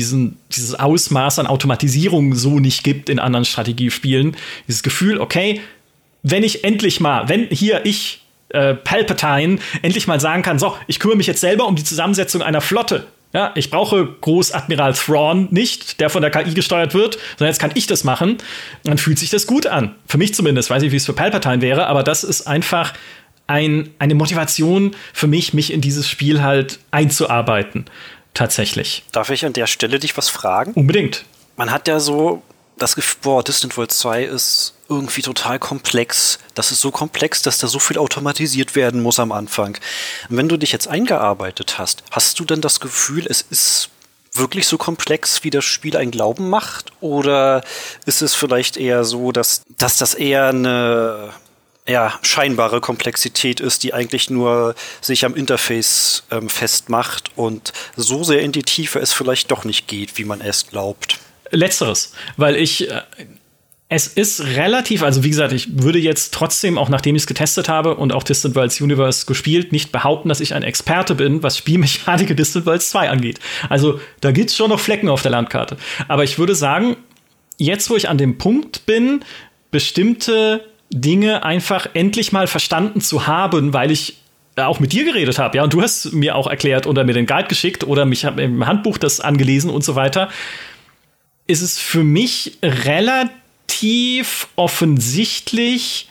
Ausmaß an Automatisierung so nicht gibt in anderen Strategiespielen. Dieses Gefühl, okay, wenn ich Palpatine endlich mal sagen kann, so, ich kümmere mich jetzt selber um die Zusammensetzung einer Flotte. Ja, ich brauche Großadmiral Thrawn nicht, der von der KI gesteuert wird, sondern jetzt kann ich das machen. Dann fühlt sich das gut an. Für mich zumindest. Weiß nicht, wie es für Palpatine wäre, aber das ist einfach eine Motivation für mich in dieses Spiel halt einzuarbeiten. Tatsächlich. Darf ich an der Stelle dich was fragen? Unbedingt. Man hat ja so das Gefühl, Distant Worlds 2 ist irgendwie total komplex. Das ist so komplex, dass da so viel automatisiert werden muss am Anfang. Und wenn du dich jetzt eingearbeitet hast, hast du dann das Gefühl, es ist wirklich so komplex, wie das Spiel einen glauben macht? Oder ist es vielleicht eher so, dass das eher eine scheinbare Komplexität ist, die eigentlich nur sich am Interface festmacht und so sehr in die Tiefe es vielleicht doch nicht geht, wie man es glaubt? Letzteres, weil es ist relativ, also wie gesagt, ich würde jetzt trotzdem, auch nachdem ich es getestet habe und auch Distant Worlds Universe gespielt, nicht behaupten, dass ich ein Experte bin, was Spielmechanik Distant Worlds 2 angeht. Also da gibt's schon noch Flecken auf der Landkarte. Aber ich würde sagen, jetzt, wo ich an dem Punkt bin, bestimmte Dinge einfach endlich mal verstanden zu haben, weil ich auch mit dir geredet habe, ja, und du hast mir auch erklärt oder mir den Guide geschickt oder mich im Handbuch das angelesen und so weiter, ist es für mich relativ offensichtlich,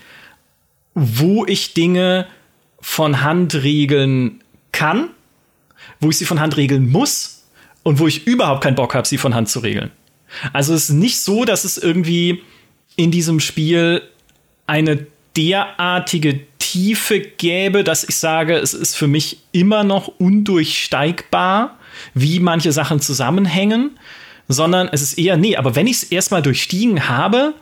wo ich Dinge von Hand regeln kann, wo ich sie von Hand regeln muss und wo ich überhaupt keinen Bock habe, sie von Hand zu regeln. Also es ist nicht so, dass es irgendwie in diesem Spiel eine derartige Tiefe gäbe, dass ich sage, es ist für mich immer noch undurchsteigbar, wie manche Sachen zusammenhängen, sondern es ist eher, aber wenn ich es erstmal durchstiegen habe,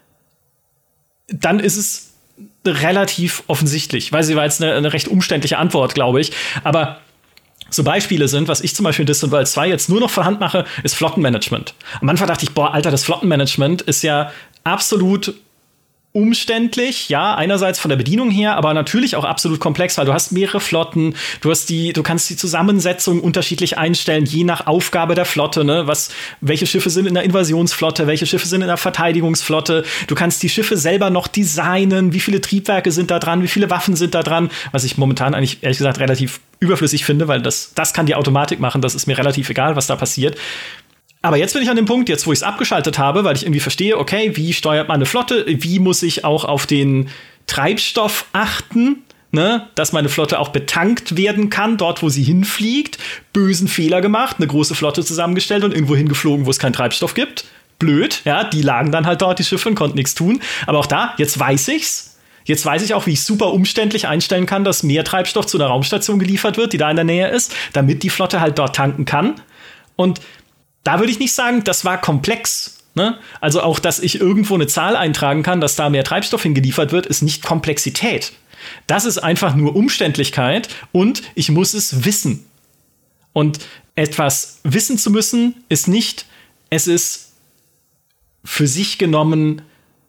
dann ist es relativ offensichtlich. Weil sie war jetzt eine recht umständliche Antwort, glaube ich. Aber so Beispiele sind, was ich zum Beispiel in Distant Worlds 2 jetzt nur noch von Hand mache, ist Flottenmanagement. Am Anfang dachte ich, Alter, das Flottenmanagement ist ja absolut umständlich, ja, einerseits von der Bedienung her, aber natürlich auch absolut komplex, weil du hast mehrere Flotten, du kannst die Zusammensetzung unterschiedlich einstellen, je nach Aufgabe der Flotte, ne, welche Schiffe sind in der Invasionsflotte, welche Schiffe sind in der Verteidigungsflotte, du kannst die Schiffe selber noch designen, wie viele Triebwerke sind da dran, wie viele Waffen sind da dran, was ich momentan eigentlich, ehrlich gesagt, relativ überflüssig finde, weil das kann die Automatik machen, das ist mir relativ egal, was da passiert. Aber jetzt bin ich an dem Punkt, jetzt wo ich es abgeschaltet habe, weil ich irgendwie verstehe, okay, wie steuert man eine Flotte, wie muss ich auch auf den Treibstoff achten, ne, dass meine Flotte auch betankt werden kann, dort wo sie hinfliegt, bösen Fehler gemacht, eine große Flotte zusammengestellt und irgendwo hingeflogen, wo es keinen Treibstoff gibt. Blöd, ja, die lagen dann halt dort, die Schiffe, und konnten nichts tun. Aber auch da, jetzt weiß ich's. Jetzt weiß ich auch, wie ich super umständlich einstellen kann, dass mehr Treibstoff zu einer Raumstation geliefert wird, die da in der Nähe ist, damit die Flotte halt dort tanken kann. Und da würde ich nicht sagen, das war komplex. Ne? Also auch, dass ich irgendwo eine Zahl eintragen kann, dass da mehr Treibstoff hingeliefert wird, ist nicht Komplexität. Das ist einfach nur Umständlichkeit und ich muss es wissen. Und etwas wissen zu müssen, ist nicht, es ist für sich genommen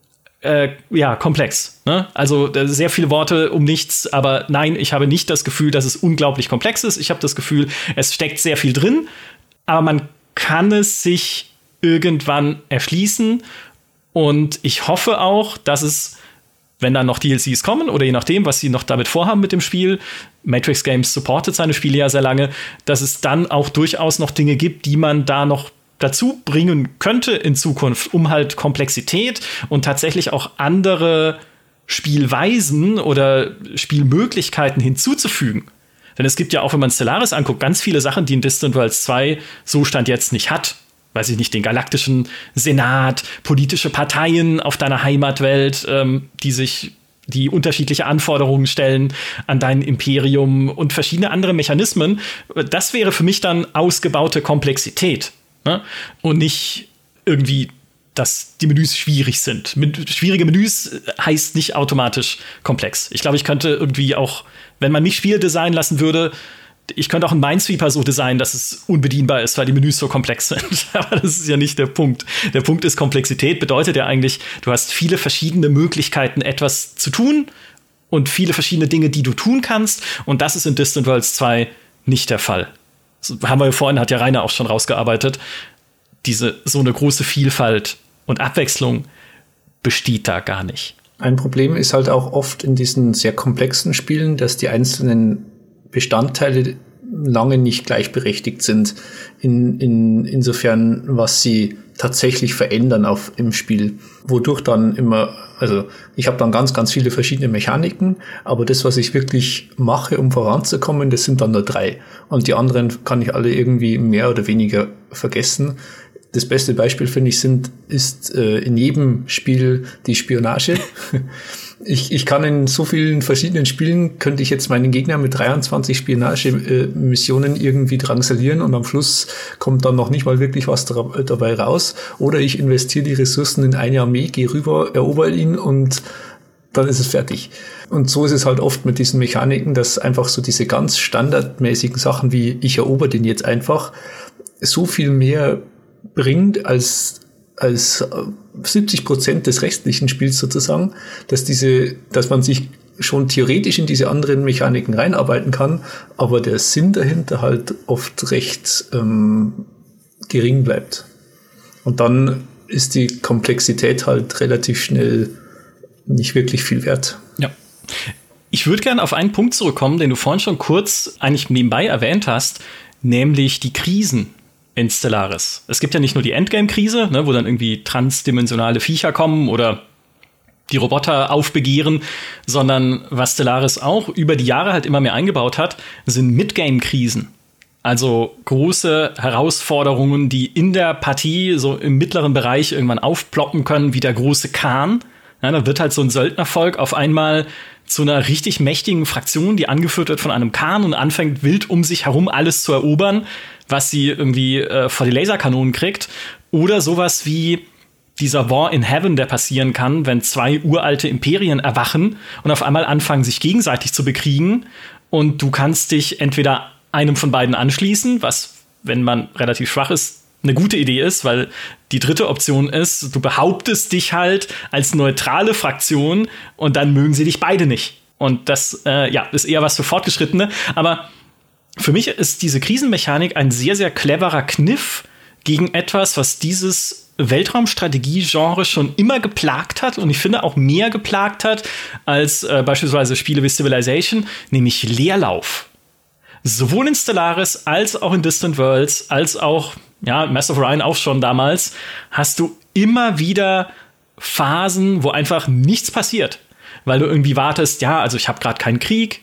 komplex. Ne? Also sehr viele Worte um nichts, aber nein, ich habe nicht das Gefühl, dass es unglaublich komplex ist. Ich habe das Gefühl, es steckt sehr viel drin, aber man kann es sich irgendwann erschließen und ich hoffe auch, dass es, wenn dann noch DLCs kommen oder je nachdem, was sie noch damit vorhaben mit dem Spiel, Matrix Games supportet seine Spiele ja sehr lange, dass es dann auch durchaus noch Dinge gibt, die man da noch dazu bringen könnte in Zukunft, um halt Komplexität und tatsächlich auch andere Spielweisen oder Spielmöglichkeiten hinzuzufügen. Denn es gibt ja auch, wenn man Stellaris anguckt, ganz viele Sachen, die in Distant Worlds 2 so Stand jetzt nicht hat. Weiß ich nicht, den galaktischen Senat, politische Parteien auf deiner Heimatwelt, die unterschiedliche Anforderungen stellen an dein Imperium und verschiedene andere Mechanismen. Das wäre für mich dann ausgebaute Komplexität. Ne? Und nicht irgendwie, dass die Menüs schwierig sind. Schwierige Menüs heißt nicht automatisch komplex. Ich glaube, ich könnte irgendwie auch, wenn man mich Spiel designen lassen würde, ich könnte auch einen Minesweeper so designen, dass es unbedienbar ist, weil die Menüs so komplex sind. Aber das ist ja nicht der Punkt. Der Punkt ist, Komplexität bedeutet ja eigentlich, du hast viele verschiedene Möglichkeiten, etwas zu tun und viele verschiedene Dinge, die du tun kannst. Und das ist in Distant Worlds 2 nicht der Fall. So, haben wir ja vorhin, hat ja Rainer auch schon rausgearbeitet, so eine große Vielfalt und Abwechslung besteht da gar nicht. Ein Problem ist halt auch oft in diesen sehr komplexen Spielen, dass die einzelnen Bestandteile lange nicht gleichberechtigt sind, insofern, was sie tatsächlich verändern im Spiel. Wodurch dann immer, also ich habe dann ganz, ganz viele verschiedene Mechaniken, aber das, was ich wirklich mache, um voranzukommen, das sind dann nur 3. Und die anderen kann ich alle irgendwie mehr oder weniger vergessen. Das beste Beispiel, finde ich, ist in jedem Spiel die Spionage. Ich kann in so vielen verschiedenen Spielen, könnte ich jetzt meinen Gegner mit 23 Spionage-Missionen irgendwie drangsalieren und am Schluss kommt dann noch nicht mal wirklich was dabei raus. Oder ich investiere die Ressourcen in eine Armee, gehe rüber, erober ihn und dann ist es fertig. Und so ist es halt oft mit diesen Mechaniken, dass einfach so diese ganz standardmäßigen Sachen wie ich erober den jetzt einfach so viel mehr bringt als 70% des restlichen Spiels sozusagen, dass man sich schon theoretisch in diese anderen Mechaniken reinarbeiten kann, aber der Sinn dahinter halt oft recht gering bleibt. Und dann ist die Komplexität halt relativ schnell nicht wirklich viel wert. Ja. Ich würde gerne auf einen Punkt zurückkommen, den du vorhin schon kurz eigentlich nebenbei erwähnt hast, nämlich die Krisen in Stellaris. Es gibt ja nicht nur die Endgame-Krise, ne, wo dann irgendwie transdimensionale Viecher kommen oder die Roboter aufbegehren, sondern was Stellaris auch über die Jahre halt immer mehr eingebaut hat, sind Midgame-Krisen. Also große Herausforderungen, die in der Partie so im mittleren Bereich irgendwann aufploppen können, wie der große Khan. Ja, da wird halt so ein Söldnervolk auf einmal zu einer richtig mächtigen Fraktion, die angeführt wird von einem Khan und anfängt wild um sich herum alles zu erobern, was sie irgendwie vor die Laserkanonen kriegt. Oder sowas wie dieser War in Heaven, der passieren kann, wenn 2 uralte Imperien erwachen und auf einmal anfangen, sich gegenseitig zu bekriegen. Und du kannst dich entweder einem von beiden anschließen, was, wenn man relativ schwach ist, eine gute Idee ist, weil die dritte Option ist, du behauptest dich halt als neutrale Fraktion und dann mögen sie dich beide nicht. Und das ist eher was für Fortgeschrittene. Aber für mich ist diese Krisenmechanik ein sehr, sehr cleverer Kniff gegen etwas, was dieses Weltraumstrategie-Genre schon immer geplagt hat und ich finde auch mehr geplagt hat als beispielsweise Spiele wie Civilization, nämlich Leerlauf. Sowohl in Stellaris als auch in Distant Worlds, als auch Mass of Orion auch schon damals, hast du immer wieder Phasen, wo einfach nichts passiert. Weil du irgendwie wartest, also ich habe gerade keinen Krieg,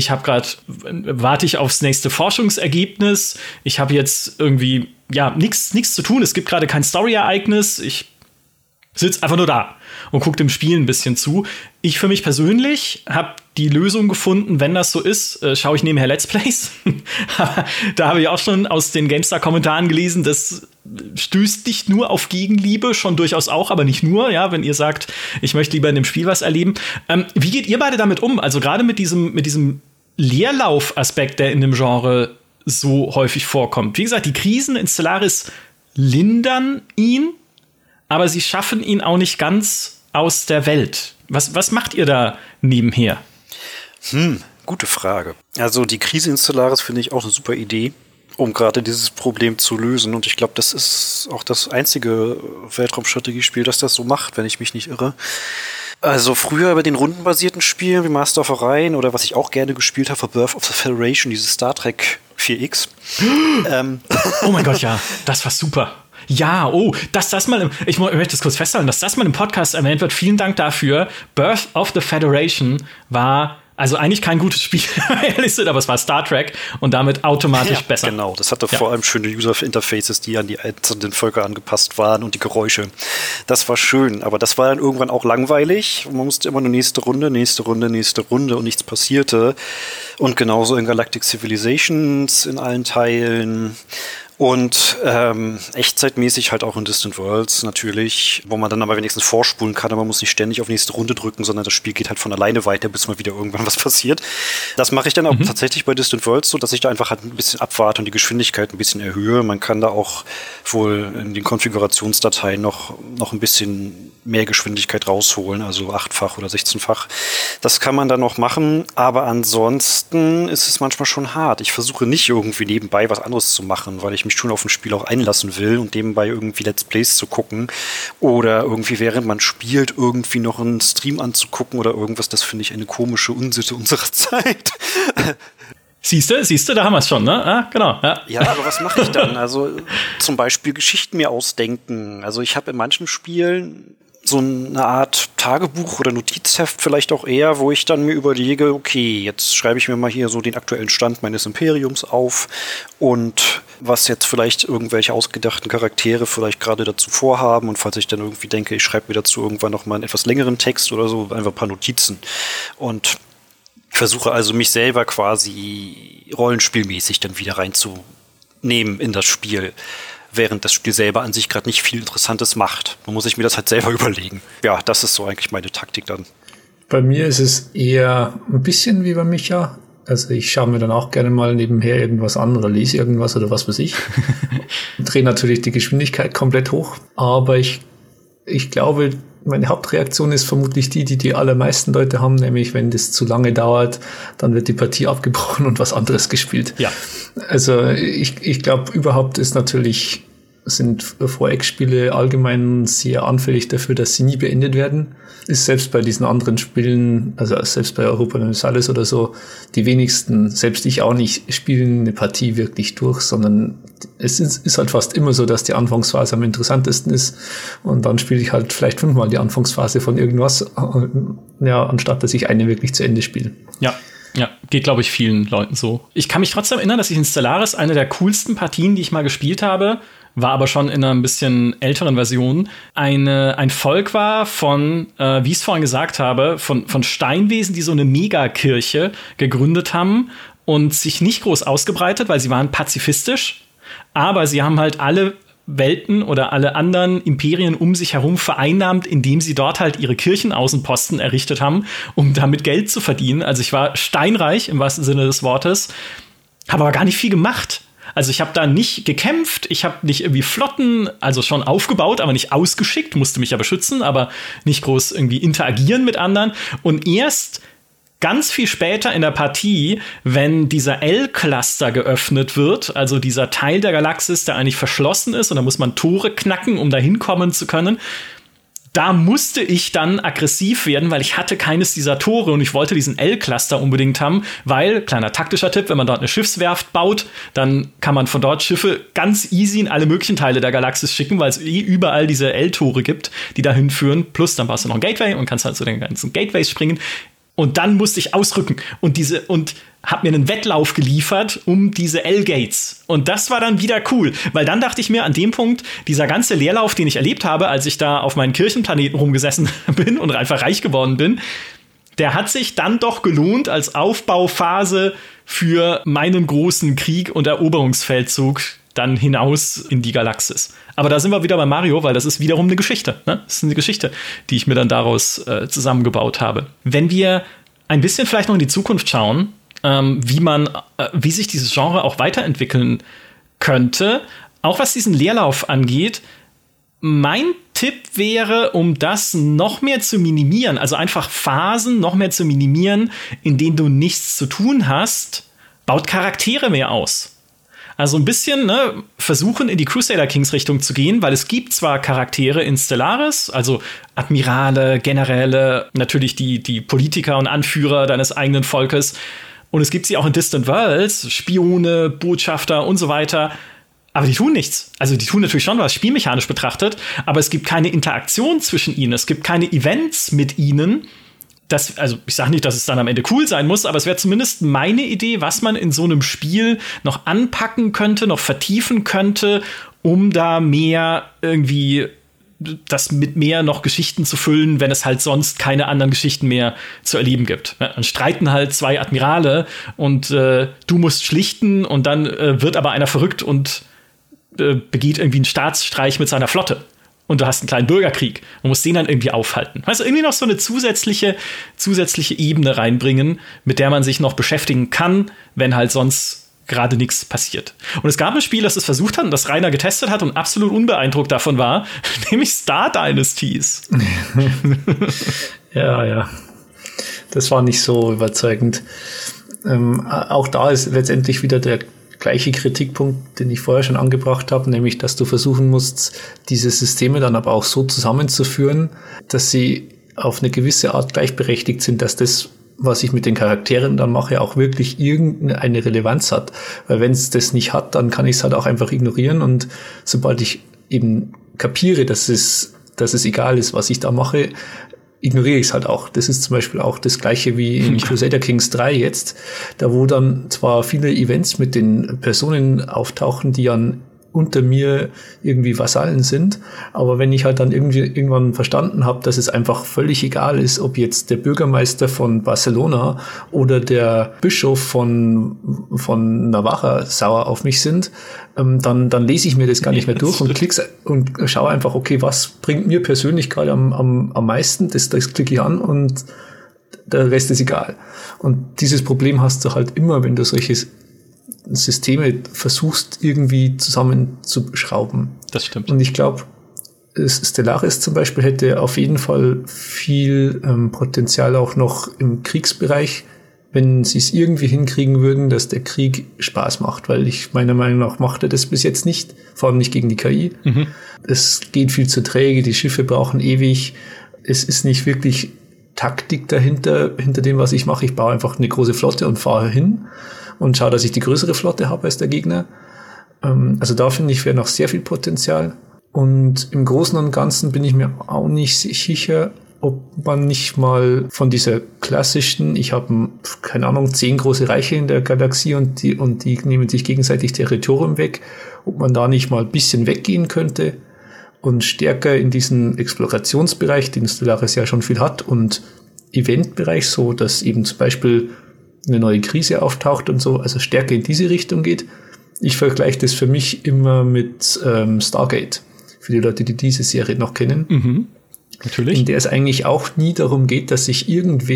warte ich aufs nächste Forschungsergebnis, ich habe jetzt irgendwie, nichts zu tun, es gibt gerade kein Story-Ereignis, ich sitze einfach nur da und gucke dem Spiel ein bisschen zu. Ich für mich persönlich habe die Lösung gefunden, wenn das so ist, schaue ich nebenher Let's Plays. Aber da habe ich auch schon aus den GameStar-Kommentaren gelesen, das stößt nicht nur auf Gegenliebe, schon durchaus auch, aber nicht nur, wenn ihr sagt, ich möchte lieber in dem Spiel was erleben. Wie geht ihr beide damit um? Also gerade mit diesem Leerlauf-Aspekt, der in dem Genre so häufig vorkommt. Wie gesagt, die Krisen in Stellaris lindern ihn, aber sie schaffen ihn auch nicht ganz aus der Welt. Was macht ihr da nebenher? Gute Frage. Also die Krise in Stellaris finde ich auch eine super Idee, um gerade dieses Problem zu lösen. Und ich glaube, das ist auch das einzige Weltraumstrategiespiel, das das so macht, wenn ich mich nicht irre. Also früher bei den rundenbasierten Spielen wie Master of Orion oder was ich auch gerne gespielt habe, Birth of the Federation, dieses Star Trek 4X. Oh mein Gott, ja, das war super. Ja, ich möchte das kurz festhalten, dass das mal im Podcast erwähnt wird. Vielen Dank dafür. Birth of the Federation war also eigentlich kein gutes Spiel, aber es war Star Trek und damit automatisch besser. Genau, das hatte vor allem schöne User-Interfaces, die an die einzelnen Völker angepasst waren und die Geräusche. Das war schön, aber das war dann irgendwann auch langweilig. Man musste immer nur nächste Runde und nichts passierte. Und genauso in Galactic Civilizations in allen Teilen. Und echtzeitmäßig halt auch in Distant Worlds natürlich, wo man dann aber wenigstens vorspulen kann, aber man muss nicht ständig auf nächste Runde drücken, sondern das Spiel geht halt von alleine weiter, bis mal wieder irgendwann was passiert. Das mache ich dann auch tatsächlich bei Distant Worlds so, dass ich da einfach halt ein bisschen abwarte und die Geschwindigkeit ein bisschen erhöhe. Man kann da auch wohl in den Konfigurationsdateien noch ein bisschen mehr Geschwindigkeit rausholen, also 8-fach oder 16-fach. Das kann man dann noch machen, aber ansonsten ist es manchmal schon hart. Ich versuche nicht irgendwie nebenbei was anderes zu machen, weil ich mich schon auf ein Spiel auch einlassen will und nebenbei irgendwie Let's Plays zu gucken oder irgendwie während man spielt irgendwie noch einen Stream anzugucken oder irgendwas. Das finde ich eine komische Unsitte unserer Zeit. Siehst du, da haben wir es schon, ne? Ah, genau. Ja, aber was mache ich dann? Also zum Beispiel Geschichten mir ausdenken. Also ich habe in manchen Spielen so eine Art Tagebuch oder Notizheft vielleicht auch eher, wo ich dann mir überlege, okay, jetzt schreibe ich mir mal hier so den aktuellen Stand meines Imperiums auf und was jetzt vielleicht irgendwelche ausgedachten Charaktere vielleicht gerade dazu vorhaben und falls ich dann irgendwie denke, ich schreibe mir dazu irgendwann noch mal einen etwas längeren Text oder so, einfach ein paar Notizen und versuche also mich selber quasi rollenspielmäßig dann wieder reinzunehmen in das Spiel, während das Spiel selber an sich gerade nicht viel Interessantes macht. Man muss sich mir das halt selber überlegen. Ja, das ist so eigentlich meine Taktik dann. Bei mir ist es eher ein bisschen wie bei Micha. Also ich schaue mir dann auch gerne mal nebenher irgendwas an oder lese irgendwas oder was weiß ich. Drehe natürlich die Geschwindigkeit komplett hoch. Aber ich glaube, meine Hauptreaktion ist vermutlich die allermeisten Leute haben, nämlich wenn das zu lange dauert, dann wird die Partie abgebrochen und was anderes gespielt. Ja. Also ich glaube, überhaupt sind Vorex-Spiele allgemein sehr anfällig dafür, dass sie nie beendet werden. Ist selbst bei diesen anderen Spielen, also selbst bei Europa Universalis oder so, die wenigsten, selbst ich auch nicht, spielen eine Partie wirklich durch, sondern es ist halt fast immer so, dass die Anfangsphase am interessantesten ist und dann spiele ich halt vielleicht 5-mal die Anfangsphase von irgendwas, ja, anstatt dass ich eine wirklich zu Ende spiele. Ja, geht, glaube ich, vielen Leuten so. Ich kann mich trotzdem erinnern, dass ich in Stellaris eine der coolsten Partien, die ich mal gespielt habe, war aber schon in einer ein bisschen älteren Version, ein Volk war von, wie ich es vorhin gesagt habe, von Steinwesen, die so eine Megakirche gegründet haben und sich nicht groß ausgebreitet, weil sie waren pazifistisch, aber sie haben halt alle Welten oder alle anderen Imperien um sich herum vereinnahmt, indem sie dort halt ihre Kirchenaußenposten errichtet haben, um damit Geld zu verdienen. Also ich war steinreich im wahrsten Sinne des Wortes, habe aber gar nicht viel gemacht. Also ich habe da nicht gekämpft, ich habe nicht irgendwie Flotten, also schon aufgebaut, aber nicht ausgeschickt, musste mich ja beschützen, aber nicht groß irgendwie interagieren mit anderen. Und erst ganz viel später in der Partie, wenn dieser L-Cluster geöffnet wird, also dieser Teil der Galaxis, der eigentlich verschlossen ist, und da muss man Tore knacken, um da hinkommen zu können, da musste ich dann aggressiv werden, weil ich hatte keines dieser Tore und ich wollte diesen L-Cluster unbedingt haben, weil, kleiner taktischer Tipp, wenn man dort eine Schiffswerft baut, dann kann man von dort Schiffe ganz easy in alle möglichen Teile der Galaxis schicken, weil es überall diese L-Tore gibt, die da hinführen. Plus, dann baust du noch ein Gateway und kannst halt zu den ganzen Gateways springen. Und dann musste ich ausrücken und hab mir einen Wettlauf geliefert um diese L-Gates. Und das war dann wieder cool, weil dann dachte ich mir an dem Punkt, dieser ganze Leerlauf, den ich erlebt habe, als ich da auf meinen Kirchenplaneten rumgesessen bin und einfach reich geworden bin, der hat sich dann doch gelohnt als Aufbauphase für meinen großen Krieg und Eroberungsfeldzug dann hinaus in die Galaxis. Aber da sind wir wieder bei Mario, weil das ist wiederum eine Geschichte. Ne? Das ist eine Geschichte, die ich mir dann daraus zusammengebaut habe. Wenn wir ein bisschen vielleicht noch in die Zukunft schauen, wie sich dieses Genre auch weiterentwickeln könnte. Auch was diesen Leerlauf angeht, mein Tipp wäre, um das noch mehr zu minimieren, also einfach Phasen noch mehr zu minimieren, in denen du nichts zu tun hast, baut Charaktere mehr aus. Also ein bisschen versuchen, in die Crusader Kings Richtung zu gehen, weil es gibt zwar Charaktere in Stellaris, also Admirale, Generäle, natürlich die Politiker und Anführer deines eigenen Volkes, und es gibt sie auch in Distant Worlds, Spione, Botschafter und so weiter. Aber die tun nichts. Also die tun natürlich schon was, spielmechanisch betrachtet, aber es gibt keine Interaktion zwischen ihnen. Es gibt keine Events mit ihnen. Also ich sage nicht, dass es dann am Ende cool sein muss, aber es wäre zumindest meine Idee, was man in so einem Spiel noch anpacken könnte, noch vertiefen könnte, um da mehr irgendwie das mit mehr noch Geschichten zu füllen, wenn es halt sonst keine anderen Geschichten mehr zu erleben gibt. Dann streiten halt zwei Admirale und du musst schlichten und dann wird aber einer verrückt und begeht irgendwie einen Staatsstreich mit seiner Flotte. Und du hast einen kleinen Bürgerkrieg und musst den dann irgendwie aufhalten. Weißt du, irgendwie noch so eine zusätzliche Ebene reinbringen, mit der man sich noch beschäftigen kann, wenn halt sonst gerade nichts passiert. Und es gab ein Spiel, das es versucht hat und das Rainer getestet hat und absolut unbeeindruckt davon war, nämlich Star Dynasties. Ja. Das war nicht so überzeugend. Auch da ist letztendlich wieder der gleiche Kritikpunkt, den ich vorher schon angebracht habe, nämlich, dass du versuchen musst, diese Systeme dann aber auch so zusammenzuführen, dass sie auf eine gewisse Art gleichberechtigt sind, dass das, was ich mit den Charakteren dann mache, auch wirklich irgendeine Relevanz hat. Weil wenn es das nicht hat, dann kann ich es halt auch einfach ignorieren und sobald ich eben kapiere, dass es egal ist, was ich da mache, ignoriere ich es halt auch. Das ist zum Beispiel auch das Gleiche wie in Crusader Kings 3 jetzt, da wo dann zwar viele Events mit den Personen auftauchen, die dann unter mir irgendwie Vasallen sind, aber wenn ich halt dann irgendwann verstanden habe, dass es einfach völlig egal ist, ob jetzt der Bürgermeister von Barcelona oder der Bischof von Navarra sauer auf mich sind, dann lese ich mir das gar nicht mehr durch und klick's und schaue einfach, okay, was bringt mir persönlich gerade am meisten, das klicke ich an und der Rest ist egal. Und dieses Problem hast du halt immer, wenn du solche Systeme versuchst irgendwie zusammenzuschrauben. Das stimmt. Und ich glaube, Stellaris zum Beispiel hätte auf jeden Fall viel Potenzial auch noch im Kriegsbereich, wenn sie es irgendwie hinkriegen würden, dass der Krieg Spaß macht, weil meiner Meinung nach macht er das bis jetzt nicht, vor allem nicht gegen die KI. Mhm. Es geht viel zu träge, die Schiffe brauchen ewig, es ist nicht wirklich Taktik hinter dem, was ich mache. Ich baue einfach eine große Flotte und fahre hin und schaue, dass ich die größere Flotte habe als der Gegner. Also da finde ich, wäre noch sehr viel Potenzial. Und im Großen und Ganzen bin ich mir auch nicht sicher, ob man nicht mal von dieser klassischen, ich habe, 10 große Reiche in der Galaxie und die nehmen sich gegenseitig Territorium weg, ob man da nicht mal ein bisschen weggehen könnte und stärker in diesen Explorationsbereich, den Stellaris ja schon viel hat, und Eventbereich, so dass eben zum Beispiel eine neue Krise auftaucht und so, also stärker in diese Richtung geht. Ich vergleiche das für mich immer mit Stargate, für die Leute, die diese Serie noch kennen. Mhm. Natürlich. In der es eigentlich auch nie darum geht, dass sich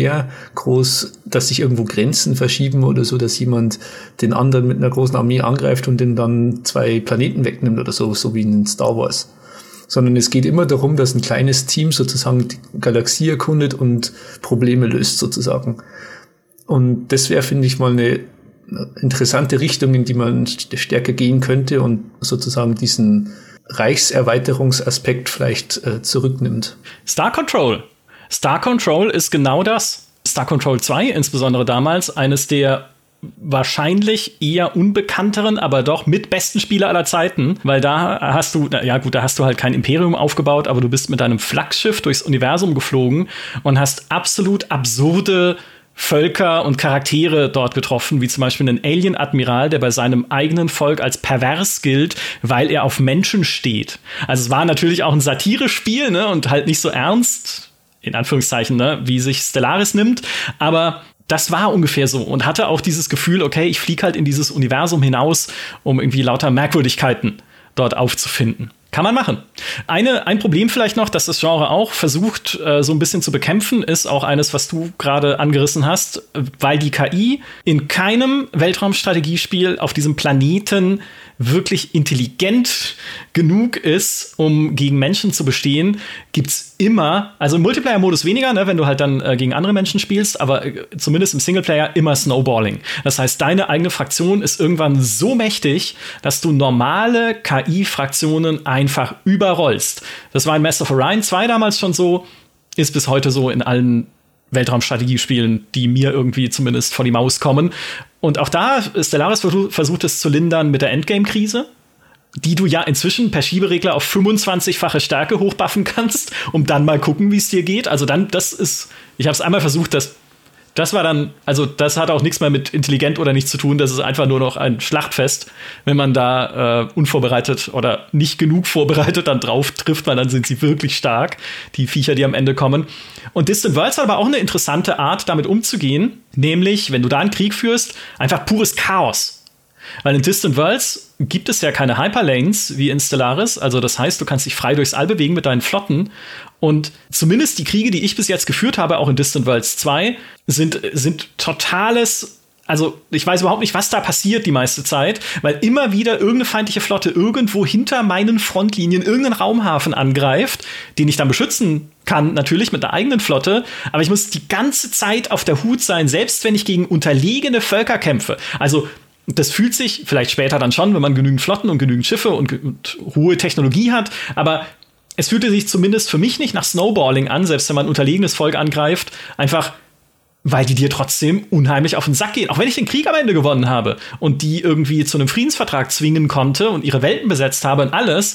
dass sich irgendwo Grenzen verschieben oder so, dass jemand den anderen mit einer großen Armee angreift und den dann 2 Planeten wegnimmt oder so wie in Star Wars. Sondern es geht immer darum, dass ein kleines Team sozusagen die Galaxie erkundet und Probleme löst sozusagen. Und das wäre, finde ich, mal eine interessante Richtung, in die man stärker gehen könnte und sozusagen diesen Reichserweiterungsaspekt vielleicht zurücknimmt. Star Control. Star Control ist genau das. Star Control 2, insbesondere damals, eines der wahrscheinlich eher unbekannteren, aber doch mit besten Spieler aller Zeiten, weil da hast du halt kein Imperium aufgebaut, aber du bist mit deinem Flaggschiff durchs Universum geflogen und hast absolut absurde Völker und Charaktere dort getroffen, wie zum Beispiel einen Alien-Admiral, der bei seinem eigenen Volk als pervers gilt, weil er auf Menschen steht. Also es war natürlich auch ein Satire-Spiel, ne, und halt nicht so ernst, in Anführungszeichen, ne, wie sich Stellaris nimmt, aber das war ungefähr so und hatte auch dieses Gefühl, okay, ich fliege halt in dieses Universum hinaus, um irgendwie lauter Merkwürdigkeiten dort aufzufinden. Kann man machen. Ein Problem vielleicht noch, dass das Genre auch versucht, so ein bisschen zu bekämpfen, ist auch eines, was du gerade angerissen hast, weil die KI in keinem Weltraumstrategiespiel auf diesem Planeten wirklich intelligent genug ist, um gegen Menschen zu bestehen, gibt's immer, also im Multiplayer-Modus weniger, ne, wenn du halt dann gegen andere Menschen spielst, aber zumindest im Singleplayer immer Snowballing. Das heißt, deine eigene Fraktion ist irgendwann so mächtig, dass du normale KI-Fraktionen einfach überrollst. Das war in Mass of Orion 2 damals schon so, ist bis heute so in allen Weltraumstrategiespielen, die mir irgendwie zumindest vor die Maus kommen. Und auch da, Stellaris versucht es zu lindern mit der Endgame-Krise, die du ja inzwischen per Schieberegler auf 25-fache Stärke hochbuffen kannst, um dann mal gucken, wie es dir geht. Also dann, ich habe es einmal versucht, das war dann, also das hat auch nichts mehr mit intelligent oder nichts zu tun, das ist einfach nur noch ein Schlachtfest. Wenn man da unvorbereitet oder nicht genug vorbereitet dann drauf trifft, weil dann sind sie wirklich stark, die Viecher, die am Ende kommen. Und Distant Worlds hat aber auch eine interessante Art, damit umzugehen, nämlich, wenn du da einen Krieg führst, einfach pures Chaos. Weil in Distant Worlds gibt es ja keine Hyperlanes wie in Stellaris, also das heißt, du kannst dich frei durchs All bewegen mit deinen Flotten. Und zumindest die Kriege, die ich bis jetzt geführt habe, auch in Distant Worlds 2, sind totales, also ich weiß überhaupt nicht, was da passiert die meiste Zeit, weil immer wieder irgendeine feindliche Flotte irgendwo hinter meinen Frontlinien irgendeinen Raumhafen angreift, den ich dann beschützen kann, natürlich mit der eigenen Flotte, aber ich muss die ganze Zeit auf der Hut sein, selbst wenn ich gegen unterlegene Völker kämpfe. Also das fühlt sich vielleicht später dann schon, wenn man genügend Flotten und genügend Schiffe und hohe Technologie hat, aber es fühlte sich zumindest für mich nicht nach Snowballing an, selbst wenn man ein unterlegenes Volk angreift, einfach weil die dir trotzdem unheimlich auf den Sack gehen. Auch wenn ich den Krieg am Ende gewonnen habe und die irgendwie zu einem Friedensvertrag zwingen konnte und ihre Welten besetzt habe und alles,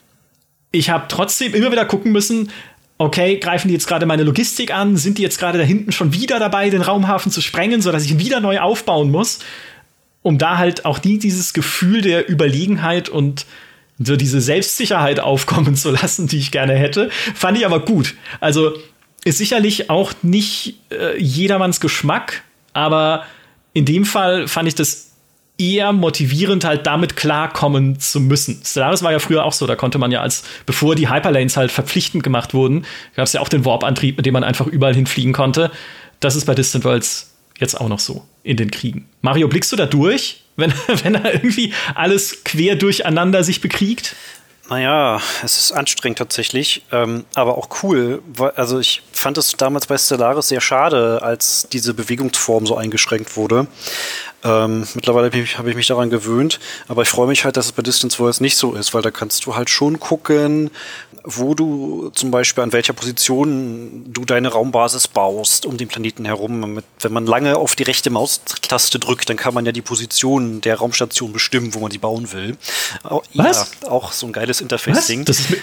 ich habe trotzdem immer wieder gucken müssen, okay, greifen die jetzt gerade meine Logistik an? Sind die jetzt gerade da hinten schon wieder dabei, den Raumhafen zu sprengen, sodass ich ihn wieder neu aufbauen muss? Um da halt auch dieses Gefühl der Überlegenheit und so diese Selbstsicherheit aufkommen zu lassen, die ich gerne hätte. Fand ich aber gut. Also ist sicherlich auch nicht jedermanns Geschmack, aber in dem Fall fand ich das eher motivierend, halt damit klarkommen zu müssen. Stellaris war ja früher auch so, da konnte man ja bevor die Hyperlanes halt verpflichtend gemacht wurden, gab es ja auch den Warp-Antrieb, mit dem man einfach überall hinfliegen konnte. Das ist bei Distant Worlds jetzt auch noch so in den Kriegen. Mario, blickst du da durch, wenn da irgendwie alles quer durcheinander sich bekriegt? Naja, es ist anstrengend tatsächlich, aber auch cool. Also ich fand es damals bei Stellaris sehr schade, als diese Bewegungsform so eingeschränkt wurde. Mittlerweile habe ich mich daran gewöhnt, aber ich freue mich halt, dass es bei Distance Worlds nicht so ist, weil da kannst du halt schon gucken, wo du zum Beispiel an welcher Position du deine Raumbasis baust um den Planeten herum. Wenn man lange auf die rechte Maustaste drückt, dann kann man ja die Position der Raumstation bestimmen, wo man sie bauen will. Was? Ja, auch so ein geiles Interface-Ding. Das ist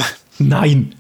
nein.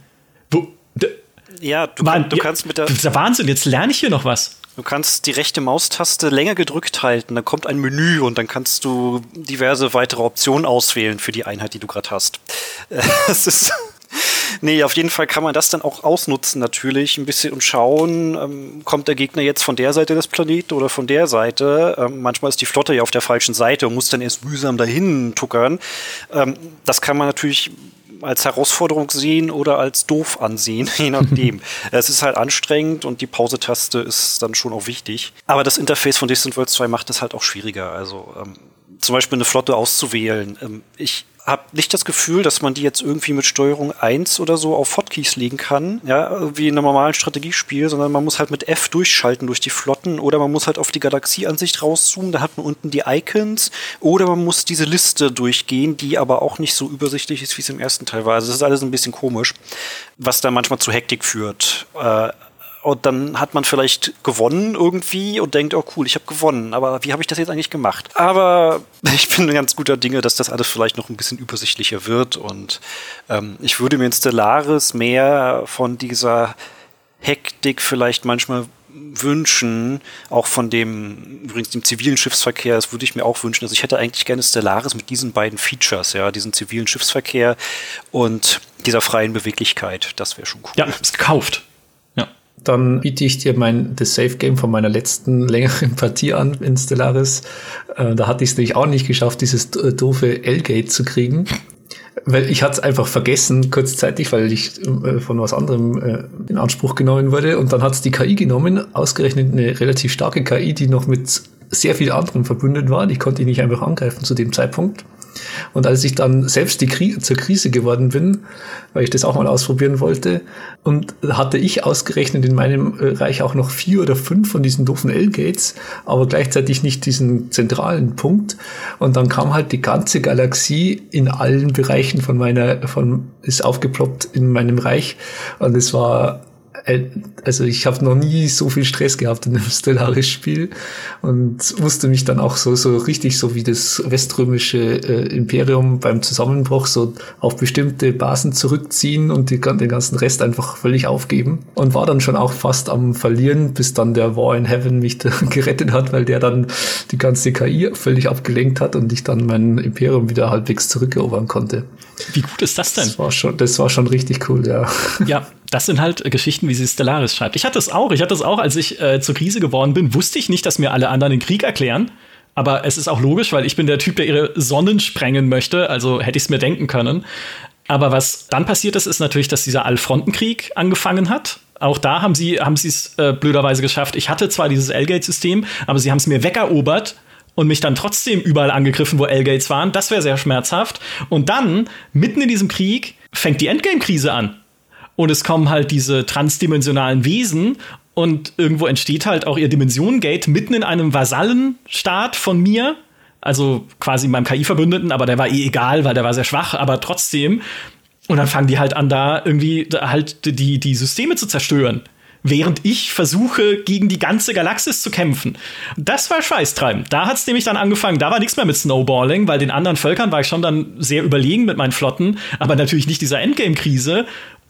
Ja, du kannst mit der... Das ist der Wahnsinn, jetzt lerne ich hier noch was. Du kannst die rechte Maustaste länger gedrückt halten, dann kommt ein Menü und dann kannst du diverse weitere Optionen auswählen für die Einheit, die du gerade hast. Es ist... Nee, auf jeden Fall kann man das dann auch ausnutzen natürlich ein bisschen und schauen, kommt der Gegner jetzt von der Seite des Planeten oder von der Seite. Manchmal ist die Flotte ja auf der falschen Seite und muss dann erst mühsam dahin tuckern. Das kann man natürlich als Herausforderung sehen oder als doof ansehen, je nachdem. Es ist halt anstrengend und die Pause-Taste ist dann schon auch wichtig. Aber das Interface von Distant Worlds 2 macht es halt auch schwieriger. Also zum Beispiel eine Flotte auszuwählen. Ich habe nicht das Gefühl, dass man die jetzt irgendwie mit Steuerung 1 oder so auf Hotkeys legen kann, ja, wie in einem normalen Strategiespiel, sondern man muss halt mit F durchschalten durch die Flotten oder man muss halt auf die Galaxieansicht rauszoomen, da hat man unten die Icons oder man muss diese Liste durchgehen, die aber auch nicht so übersichtlich ist, wie es im ersten Teil war. Also das ist alles ein bisschen komisch, was da manchmal zu Hektik führt. Und dann hat man vielleicht gewonnen irgendwie und denkt, oh cool, ich habe gewonnen. Aber wie habe ich das jetzt eigentlich gemacht? Aber ich bin ganz guter Dinge, dass das alles vielleicht noch ein bisschen übersichtlicher wird. Und ich würde mir in Stellaris mehr von dieser Hektik vielleicht manchmal wünschen, auch von dem zivilen Schiffsverkehr, das würde ich mir auch wünschen. Also ich hätte eigentlich gerne Stellaris mit diesen beiden Features, ja, diesen zivilen Schiffsverkehr und dieser freien Beweglichkeit. Das wäre schon cool. Ja, ist gekauft. Dann biete ich dir das Save-Game von meiner letzten längeren Partie an in Stellaris. Da hatte ich es nämlich auch nicht geschafft, dieses doofe L-Gate zu kriegen. Weil ich hatte es einfach vergessen, kurzzeitig, weil ich von was anderem in Anspruch genommen wurde. Und dann hat es die KI genommen, ausgerechnet eine relativ starke KI, die noch mit sehr viel anderen verbündet war. Die konnte ich nicht einfach angreifen zu dem Zeitpunkt. Und als ich dann selbst zur Krise geworden bin, weil ich das auch mal ausprobieren wollte, und hatte ich ausgerechnet in meinem Reich auch noch 4 oder 5 von diesen doofen L-Gates, aber gleichzeitig nicht diesen zentralen Punkt. Und dann kam halt die ganze Galaxie in allen Bereichen ist aufgeploppt in meinem Reich. Und es war, also ich habe noch nie so viel Stress gehabt in einem Stellaris-Spiel und musste mich dann auch so richtig, so wie das weströmische Imperium beim Zusammenbruch, so auf bestimmte Basen zurückziehen und den ganzen Rest einfach völlig aufgeben. Und war dann schon auch fast am Verlieren, bis dann der War in Heaven mich gerettet hat, weil der dann die ganze KI völlig abgelenkt hat und ich dann mein Imperium wieder halbwegs zurückerobern konnte. Wie gut ist das denn? Das war schon richtig cool, ja. Ja, das sind halt Geschichten, wie sie Stellaris schreibt. Ich hatte es auch, als ich zur Krise geworden bin, wusste ich nicht, dass mir alle anderen den Krieg erklären. Aber es ist auch logisch, weil ich bin der Typ, der ihre Sonnen sprengen möchte. Also hätte ich es mir denken können. Aber was dann passiert ist natürlich, dass dieser Allfrontenkrieg angefangen hat. Auch da haben sie es blöderweise geschafft. Ich hatte zwar dieses L-Gate-System, aber sie haben es mir wegerobert und mich dann trotzdem überall angegriffen, wo L-Gates waren. Das wäre sehr schmerzhaft. Und dann, mitten in diesem Krieg, fängt die Endgame-Krise an. Und es kommen halt diese transdimensionalen Wesen und irgendwo entsteht halt auch ihr Dimensionengate mitten in einem Vasallenstaat von mir. Also quasi meinem KI-Verbündeten, aber der war egal, weil der war sehr schwach, aber trotzdem. Und dann fangen die halt an, da irgendwie halt die Systeme zu zerstören. Während ich versuche, gegen die ganze Galaxis zu kämpfen. Das war schweißtreibend. Da hat es nämlich dann angefangen, da war nichts mehr mit Snowballing, weil den anderen Völkern war ich schon dann sehr überlegen mit meinen Flotten, aber natürlich nicht dieser Endgame-Krise.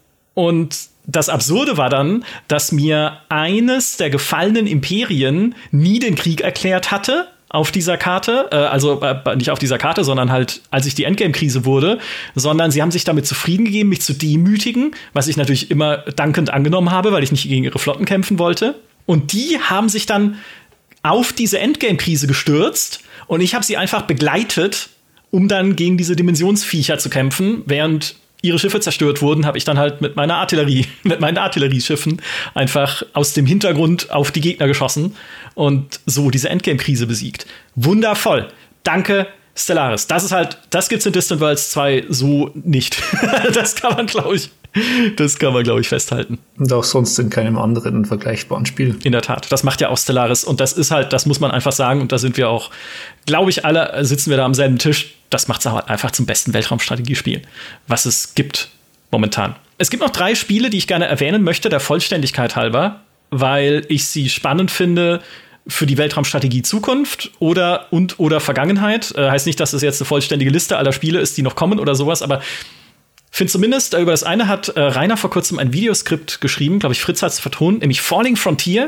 Und das Absurde war dann, dass mir eines der gefallenen Imperien nie den Krieg erklärt hatte auf dieser Karte. Nicht auf dieser Karte, sondern halt, als ich die Endgame-Krise wurde. Sondern sie haben sich damit zufrieden gegeben, mich zu demütigen, was ich natürlich immer dankend angenommen habe, weil ich nicht gegen ihre Flotten kämpfen wollte. Und die haben sich dann auf diese Endgame-Krise gestürzt. Und ich habe sie einfach begleitet, um dann gegen diese Dimensionsviecher zu kämpfen, während ihre Schiffe zerstört wurden, habe ich dann halt mit meinen Artillerieschiffen einfach aus dem Hintergrund auf die Gegner geschossen und so diese Endgame-Krise besiegt. Wundervoll. Danke, Stellaris. Das gibt's in Distant Worlds 2 so nicht. Das kann man, glaube ich, festhalten. Und auch sonst in keinem anderen vergleichbaren Spiel. In der Tat. Das macht ja auch Stellaris. Und das ist halt, das muss man einfach sagen. Und da sind wir auch, glaube ich, alle sitzen wir da am selben Tisch. Das macht es halt einfach zum besten Weltraumstrategiespiel, was es gibt momentan. Es gibt noch 3 Spiele, die ich gerne erwähnen möchte, der Vollständigkeit halber, weil ich sie spannend finde für die Weltraumstrategie Zukunft oder Vergangenheit. Heißt nicht, dass es jetzt eine vollständige Liste aller Spiele ist, die noch kommen oder sowas, aber finde zumindest, über das eine hat Rainer vor kurzem ein Videoskript geschrieben, glaube ich, Fritz hat es vertont, nämlich Falling Frontier,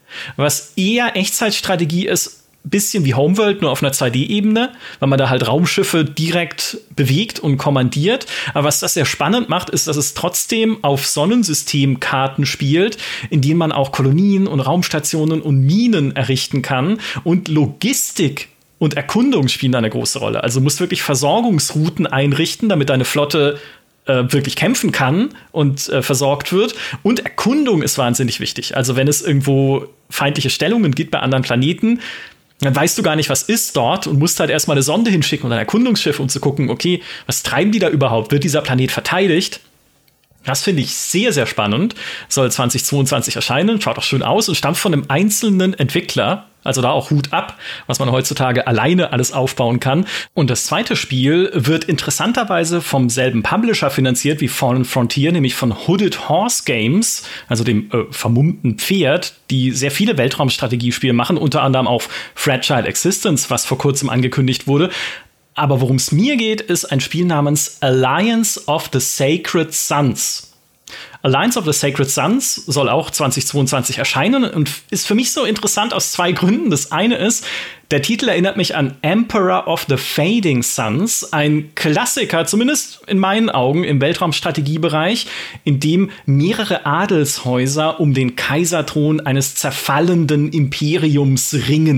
was eher Echtzeitstrategie ist, bisschen wie Homeworld, nur auf einer 2D-Ebene, weil man da halt Raumschiffe direkt bewegt und kommandiert. Aber was das sehr spannend macht, ist, dass es trotzdem auf Sonnensystemkarten spielt, in denen man auch Kolonien und Raumstationen und Minen errichten kann. Und Logistik und Erkundung spielen da eine große Rolle. Also du musst wirklich Versorgungsrouten einrichten, damit deine Flotte wirklich kämpfen kann und versorgt wird. Und Erkundung ist wahnsinnig wichtig. Also wenn es irgendwo feindliche Stellungen gibt bei anderen Planeten, dann weißt du gar nicht, was ist dort und musst halt erstmal eine Sonde hinschicken und ein Erkundungsschiff, um zu gucken, okay, was treiben die da überhaupt? Wird dieser Planet verteidigt? Das finde ich sehr, sehr spannend. Soll 2022 erscheinen, schaut auch schön aus und stammt von einem einzelnen Entwickler. Also da auch Hut ab, was man heutzutage alleine alles aufbauen kann. Und das zweite Spiel wird interessanterweise vom selben Publisher finanziert wie Fallen Frontier, nämlich von Hooded Horse Games, also dem vermummten Pferd, die sehr viele Weltraumstrategiespiele machen, unter anderem auch Fragile Existence, was vor kurzem angekündigt wurde. Aber worum es mir geht, ist ein Spiel namens Alliance of the Sacred Sons. Alliance of the Sacred Sons soll auch 2022 erscheinen und ist für mich so interessant aus 2 Gründen. Das eine ist, der Titel erinnert mich an Emperor of the Fading Suns, ein Klassiker, zumindest in meinen Augen, im Weltraumstrategiebereich, in dem mehrere Adelshäuser um den Kaiserthron eines zerfallenden Imperiums ringen.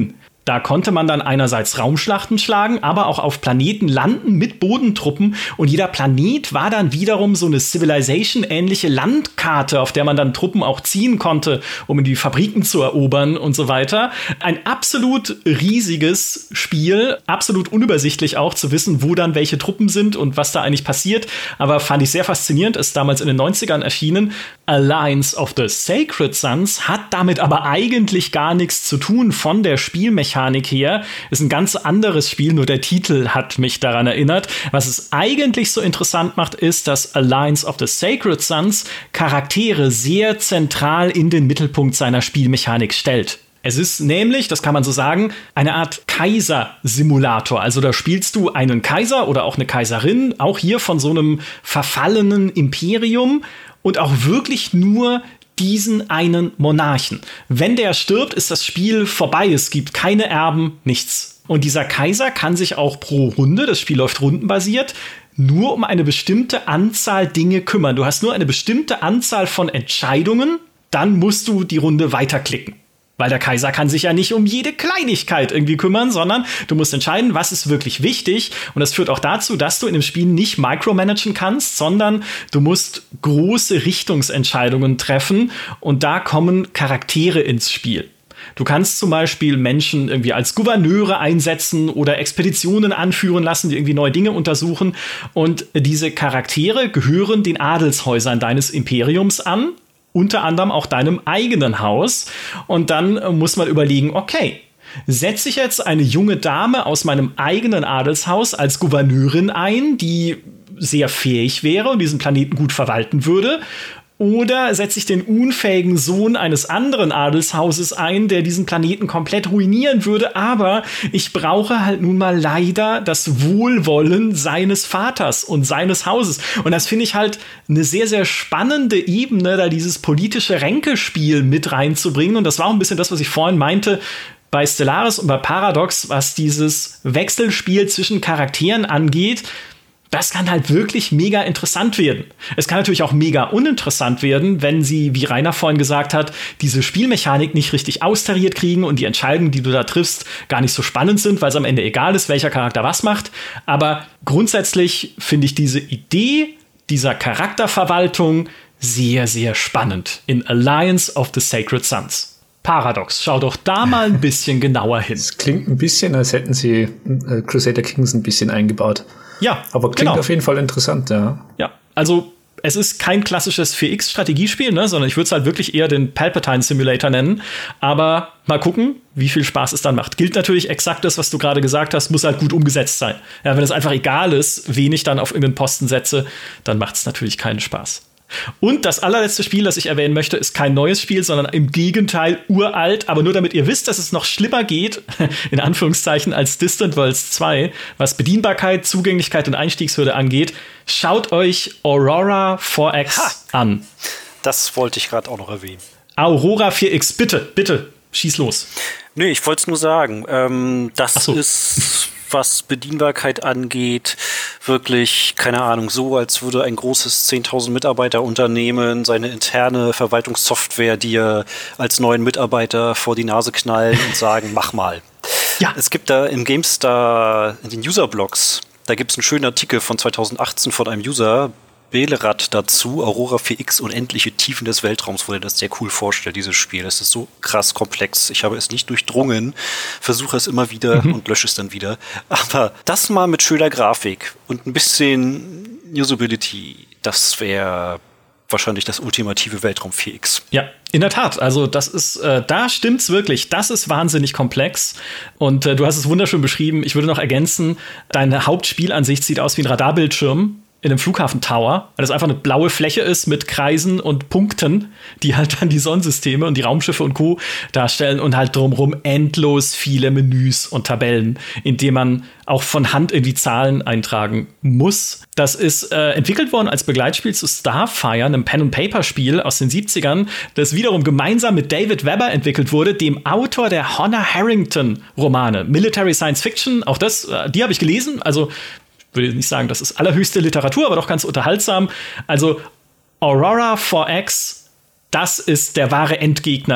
Da konnte man dann einerseits Raumschlachten schlagen, aber auch auf Planeten landen mit Bodentruppen. Und jeder Planet war dann wiederum so eine Civilization-ähnliche Landkarte, auf der man dann Truppen auch ziehen konnte, um in die Fabriken zu erobern und so weiter. Ein absolut riesiges Spiel, absolut unübersichtlich auch zu wissen, wo dann welche Truppen sind und was da eigentlich passiert. Aber fand ich sehr faszinierend, ist damals in den 90ern erschienen. Alliance of the Sacred Sons hat damit aber eigentlich gar nichts zu tun von der Spielmechanik her. Ist ein ganz anderes Spiel, nur der Titel hat mich daran erinnert. Was es eigentlich so interessant macht, ist, dass Alliance of the Sacred Sons Charaktere sehr zentral in den Mittelpunkt seiner Spielmechanik stellt. Es ist nämlich, das kann man so sagen, eine Art Kaiser-Simulator. Also da spielst du einen Kaiser oder auch eine Kaiserin, auch hier von so einem verfallenen Imperium und auch wirklich nur diesen einen Monarchen. Wenn der stirbt, ist das Spiel vorbei. Es gibt keine Erben, nichts. Und dieser Kaiser kann sich auch pro Runde, das Spiel läuft rundenbasiert, nur um eine bestimmte Anzahl Dinge kümmern. Du hast nur eine bestimmte Anzahl von Entscheidungen, dann musst du die Runde weiterklicken. Weil der Kaiser kann sich ja nicht um jede Kleinigkeit irgendwie kümmern, sondern du musst entscheiden, was ist wirklich wichtig. Und das führt auch dazu, dass du in dem Spiel nicht micromanagen kannst, sondern du musst große Richtungsentscheidungen treffen. Und da kommen Charaktere ins Spiel. Du kannst zum Beispiel Menschen irgendwie als Gouverneure einsetzen oder Expeditionen anführen lassen, die irgendwie neue Dinge untersuchen. Und diese Charaktere gehören den Adelshäusern deines Imperiums an. Unter anderem auch deinem eigenen Haus. Und dann muss man überlegen, okay, setze ich jetzt eine junge Dame aus meinem eigenen Adelshaus als Gouverneurin ein, die sehr fähig wäre und diesen Planeten gut verwalten würde? Oder setze ich den unfähigen Sohn eines anderen Adelshauses ein, der diesen Planeten komplett ruinieren würde, aber ich brauche halt nun mal leider das Wohlwollen seines Vaters und seines Hauses. Und das finde ich halt eine sehr, sehr spannende Ebene, da dieses politische Ränkespiel mit reinzubringen. Und das war auch ein bisschen das, was ich vorhin meinte, bei Stellaris und bei Paradox, was dieses Wechselspiel zwischen Charakteren angeht. Das kann halt wirklich mega interessant werden. Es kann natürlich auch mega uninteressant werden, wenn sie, wie Rainer vorhin gesagt hat, diese Spielmechanik nicht richtig austariert kriegen und die Entscheidungen, die du da triffst, gar nicht so spannend sind, weil es am Ende egal ist, welcher Charakter was macht. Aber grundsätzlich finde ich diese Idee dieser Charakterverwaltung sehr, sehr spannend in Alliance of the Sacred Sons. Paradox, schau doch da mal ein bisschen genauer hin. Es klingt ein bisschen, als hätten sie Crusader Kings ein bisschen eingebaut. Ja, aber klingt auf jeden Fall interessant, ja. Ja, also es ist kein klassisches 4X-Strategiespiel, ne, sondern ich würde es halt wirklich eher den Palpatine-Simulator nennen. Aber mal gucken, wie viel Spaß es dann macht. Gilt natürlich exakt das, was du gerade gesagt hast, muss halt gut umgesetzt sein. Ja, wenn es einfach egal ist, wen ich dann auf irgendeinen Posten setze, dann macht es natürlich keinen Spaß. Und das allerletzte Spiel, das ich erwähnen möchte, ist kein neues Spiel, sondern im Gegenteil uralt. Aber nur damit ihr wisst, dass es noch schlimmer geht, in Anführungszeichen, als Distant Worlds 2, was Bedienbarkeit, Zugänglichkeit und Einstiegshürde angeht. Schaut euch Aurora 4X an. Das wollte ich gerade auch noch erwähnen. Aurora 4X, bitte, schieß los. Nee, ich wollte es nur sagen. Das ist, was Bedienbarkeit angeht, wirklich, keine Ahnung, so, als würde ein großes 10.000 Mitarbeiterunternehmen seine interne Verwaltungssoftware dir als neuen Mitarbeiter vor die Nase knallen und sagen, mach mal. Ja. Es gibt da im GameStar, in den User-Blogs, da gibt es einen schönen Artikel von 2018 von einem User, Belerat dazu, Aurora 4X, unendliche Tiefen des Weltraums, wo er das sehr cool vorstellt, dieses Spiel. Das ist so krass komplex. Ich habe es nicht durchdrungen, versuche es immer wieder und lösche es dann wieder. Aber das mal mit schöner Grafik und ein bisschen Usability, das wäre wahrscheinlich das ultimative Weltraum 4X. Ja, in der Tat. Also das ist, da stimmt's wirklich. Das ist wahnsinnig komplex. Und du hast es wunderschön beschrieben. Ich würde noch ergänzen, deine Hauptspielansicht sieht aus wie ein Radarbildschirm in einem Flughafentower, weil das einfach eine blaue Fläche ist mit Kreisen und Punkten, die halt dann die Sonnensysteme und die Raumschiffe und Co. darstellen und halt drumherum endlos viele Menüs und Tabellen, in denen man auch von Hand irgendwie Zahlen eintragen muss. Das ist entwickelt worden als Begleitspiel zu Starfire, einem Pen-and-Paper-Spiel aus den 70ern, das wiederum gemeinsam mit David Webber entwickelt wurde, dem Autor der Hannah Harrington-Romane. Military Science Fiction, auch das, die habe ich gelesen, also würde nicht sagen, das ist allerhöchste Literatur, aber doch ganz unterhaltsam. Also Aurora 4X, das ist der wahre Endgegner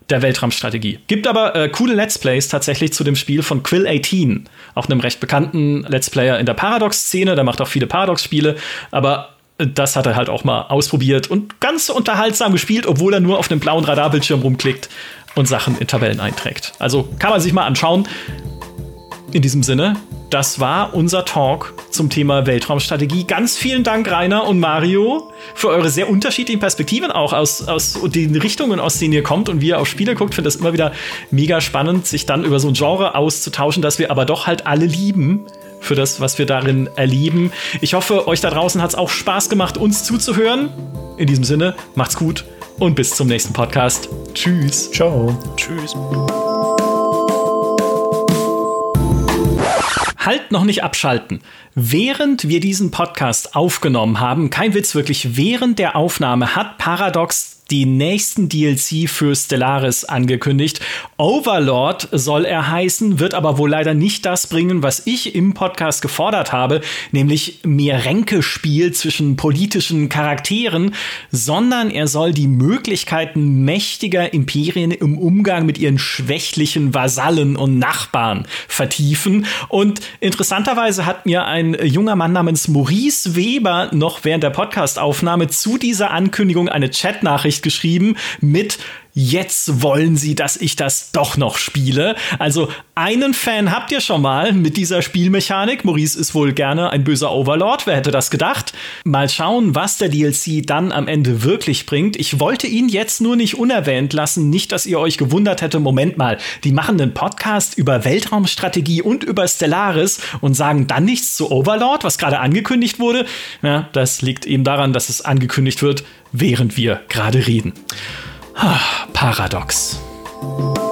der Weltraumstrategie. Gibt aber coole Let's Plays tatsächlich zu dem Spiel von Quill18, auch einem recht bekannten Let's Player in der Paradox-Szene. Der macht auch viele Paradox-Spiele, aber das hat er halt auch mal ausprobiert und ganz unterhaltsam gespielt, obwohl er nur auf einem blauen Radarbildschirm rumklickt und Sachen in Tabellen einträgt. Also kann man sich mal anschauen. In diesem Sinne, das war unser Talk zum Thema Weltraumstrategie. Ganz vielen Dank, Rainer und Mario, für eure sehr unterschiedlichen Perspektiven, auch aus den Richtungen, aus denen ihr kommt und wie ihr auf Spiele guckt. Ich finde das immer wieder mega spannend, sich dann über so ein Genre auszutauschen, das wir aber doch halt alle lieben, für das, was wir darin erleben. Ich hoffe, euch da draußen hat es auch Spaß gemacht, uns zuzuhören. In diesem Sinne, macht's gut und bis zum nächsten Podcast. Tschüss. Ciao. Tschüss. Halt, noch nicht abschalten. Während wir diesen Podcast aufgenommen haben, kein Witz, wirklich während der Aufnahme hat Paradox den nächsten DLC für Stellaris angekündigt. Overlord soll er heißen, wird aber wohl leider nicht das bringen, was ich im Podcast gefordert habe, nämlich mehr Ränkespiel zwischen politischen Charakteren, sondern er soll die Möglichkeiten mächtiger Imperien im Umgang mit ihren schwächlichen Vasallen und Nachbarn vertiefen. Und interessanterweise hat mir ein junger Mann namens Maurice Weber noch während der Podcastaufnahme zu dieser Ankündigung eine Chatnachricht geschrieben mit: Jetzt wollen sie, dass ich das doch noch spiele. Also einen Fan habt ihr schon mal mit dieser Spielmechanik. Maurice ist wohl gerne ein böser Overlord. Wer hätte das gedacht? Mal schauen, was der DLC dann am Ende wirklich bringt. Ich wollte ihn jetzt nur nicht unerwähnt lassen. Nicht, dass ihr euch gewundert hätte, Moment mal, die machen einen Podcast über Weltraumstrategie und über Stellaris und sagen dann nichts zu Overlord, was gerade angekündigt wurde. Ja, das liegt eben daran, dass es angekündigt wird, während wir gerade reden. Paradox.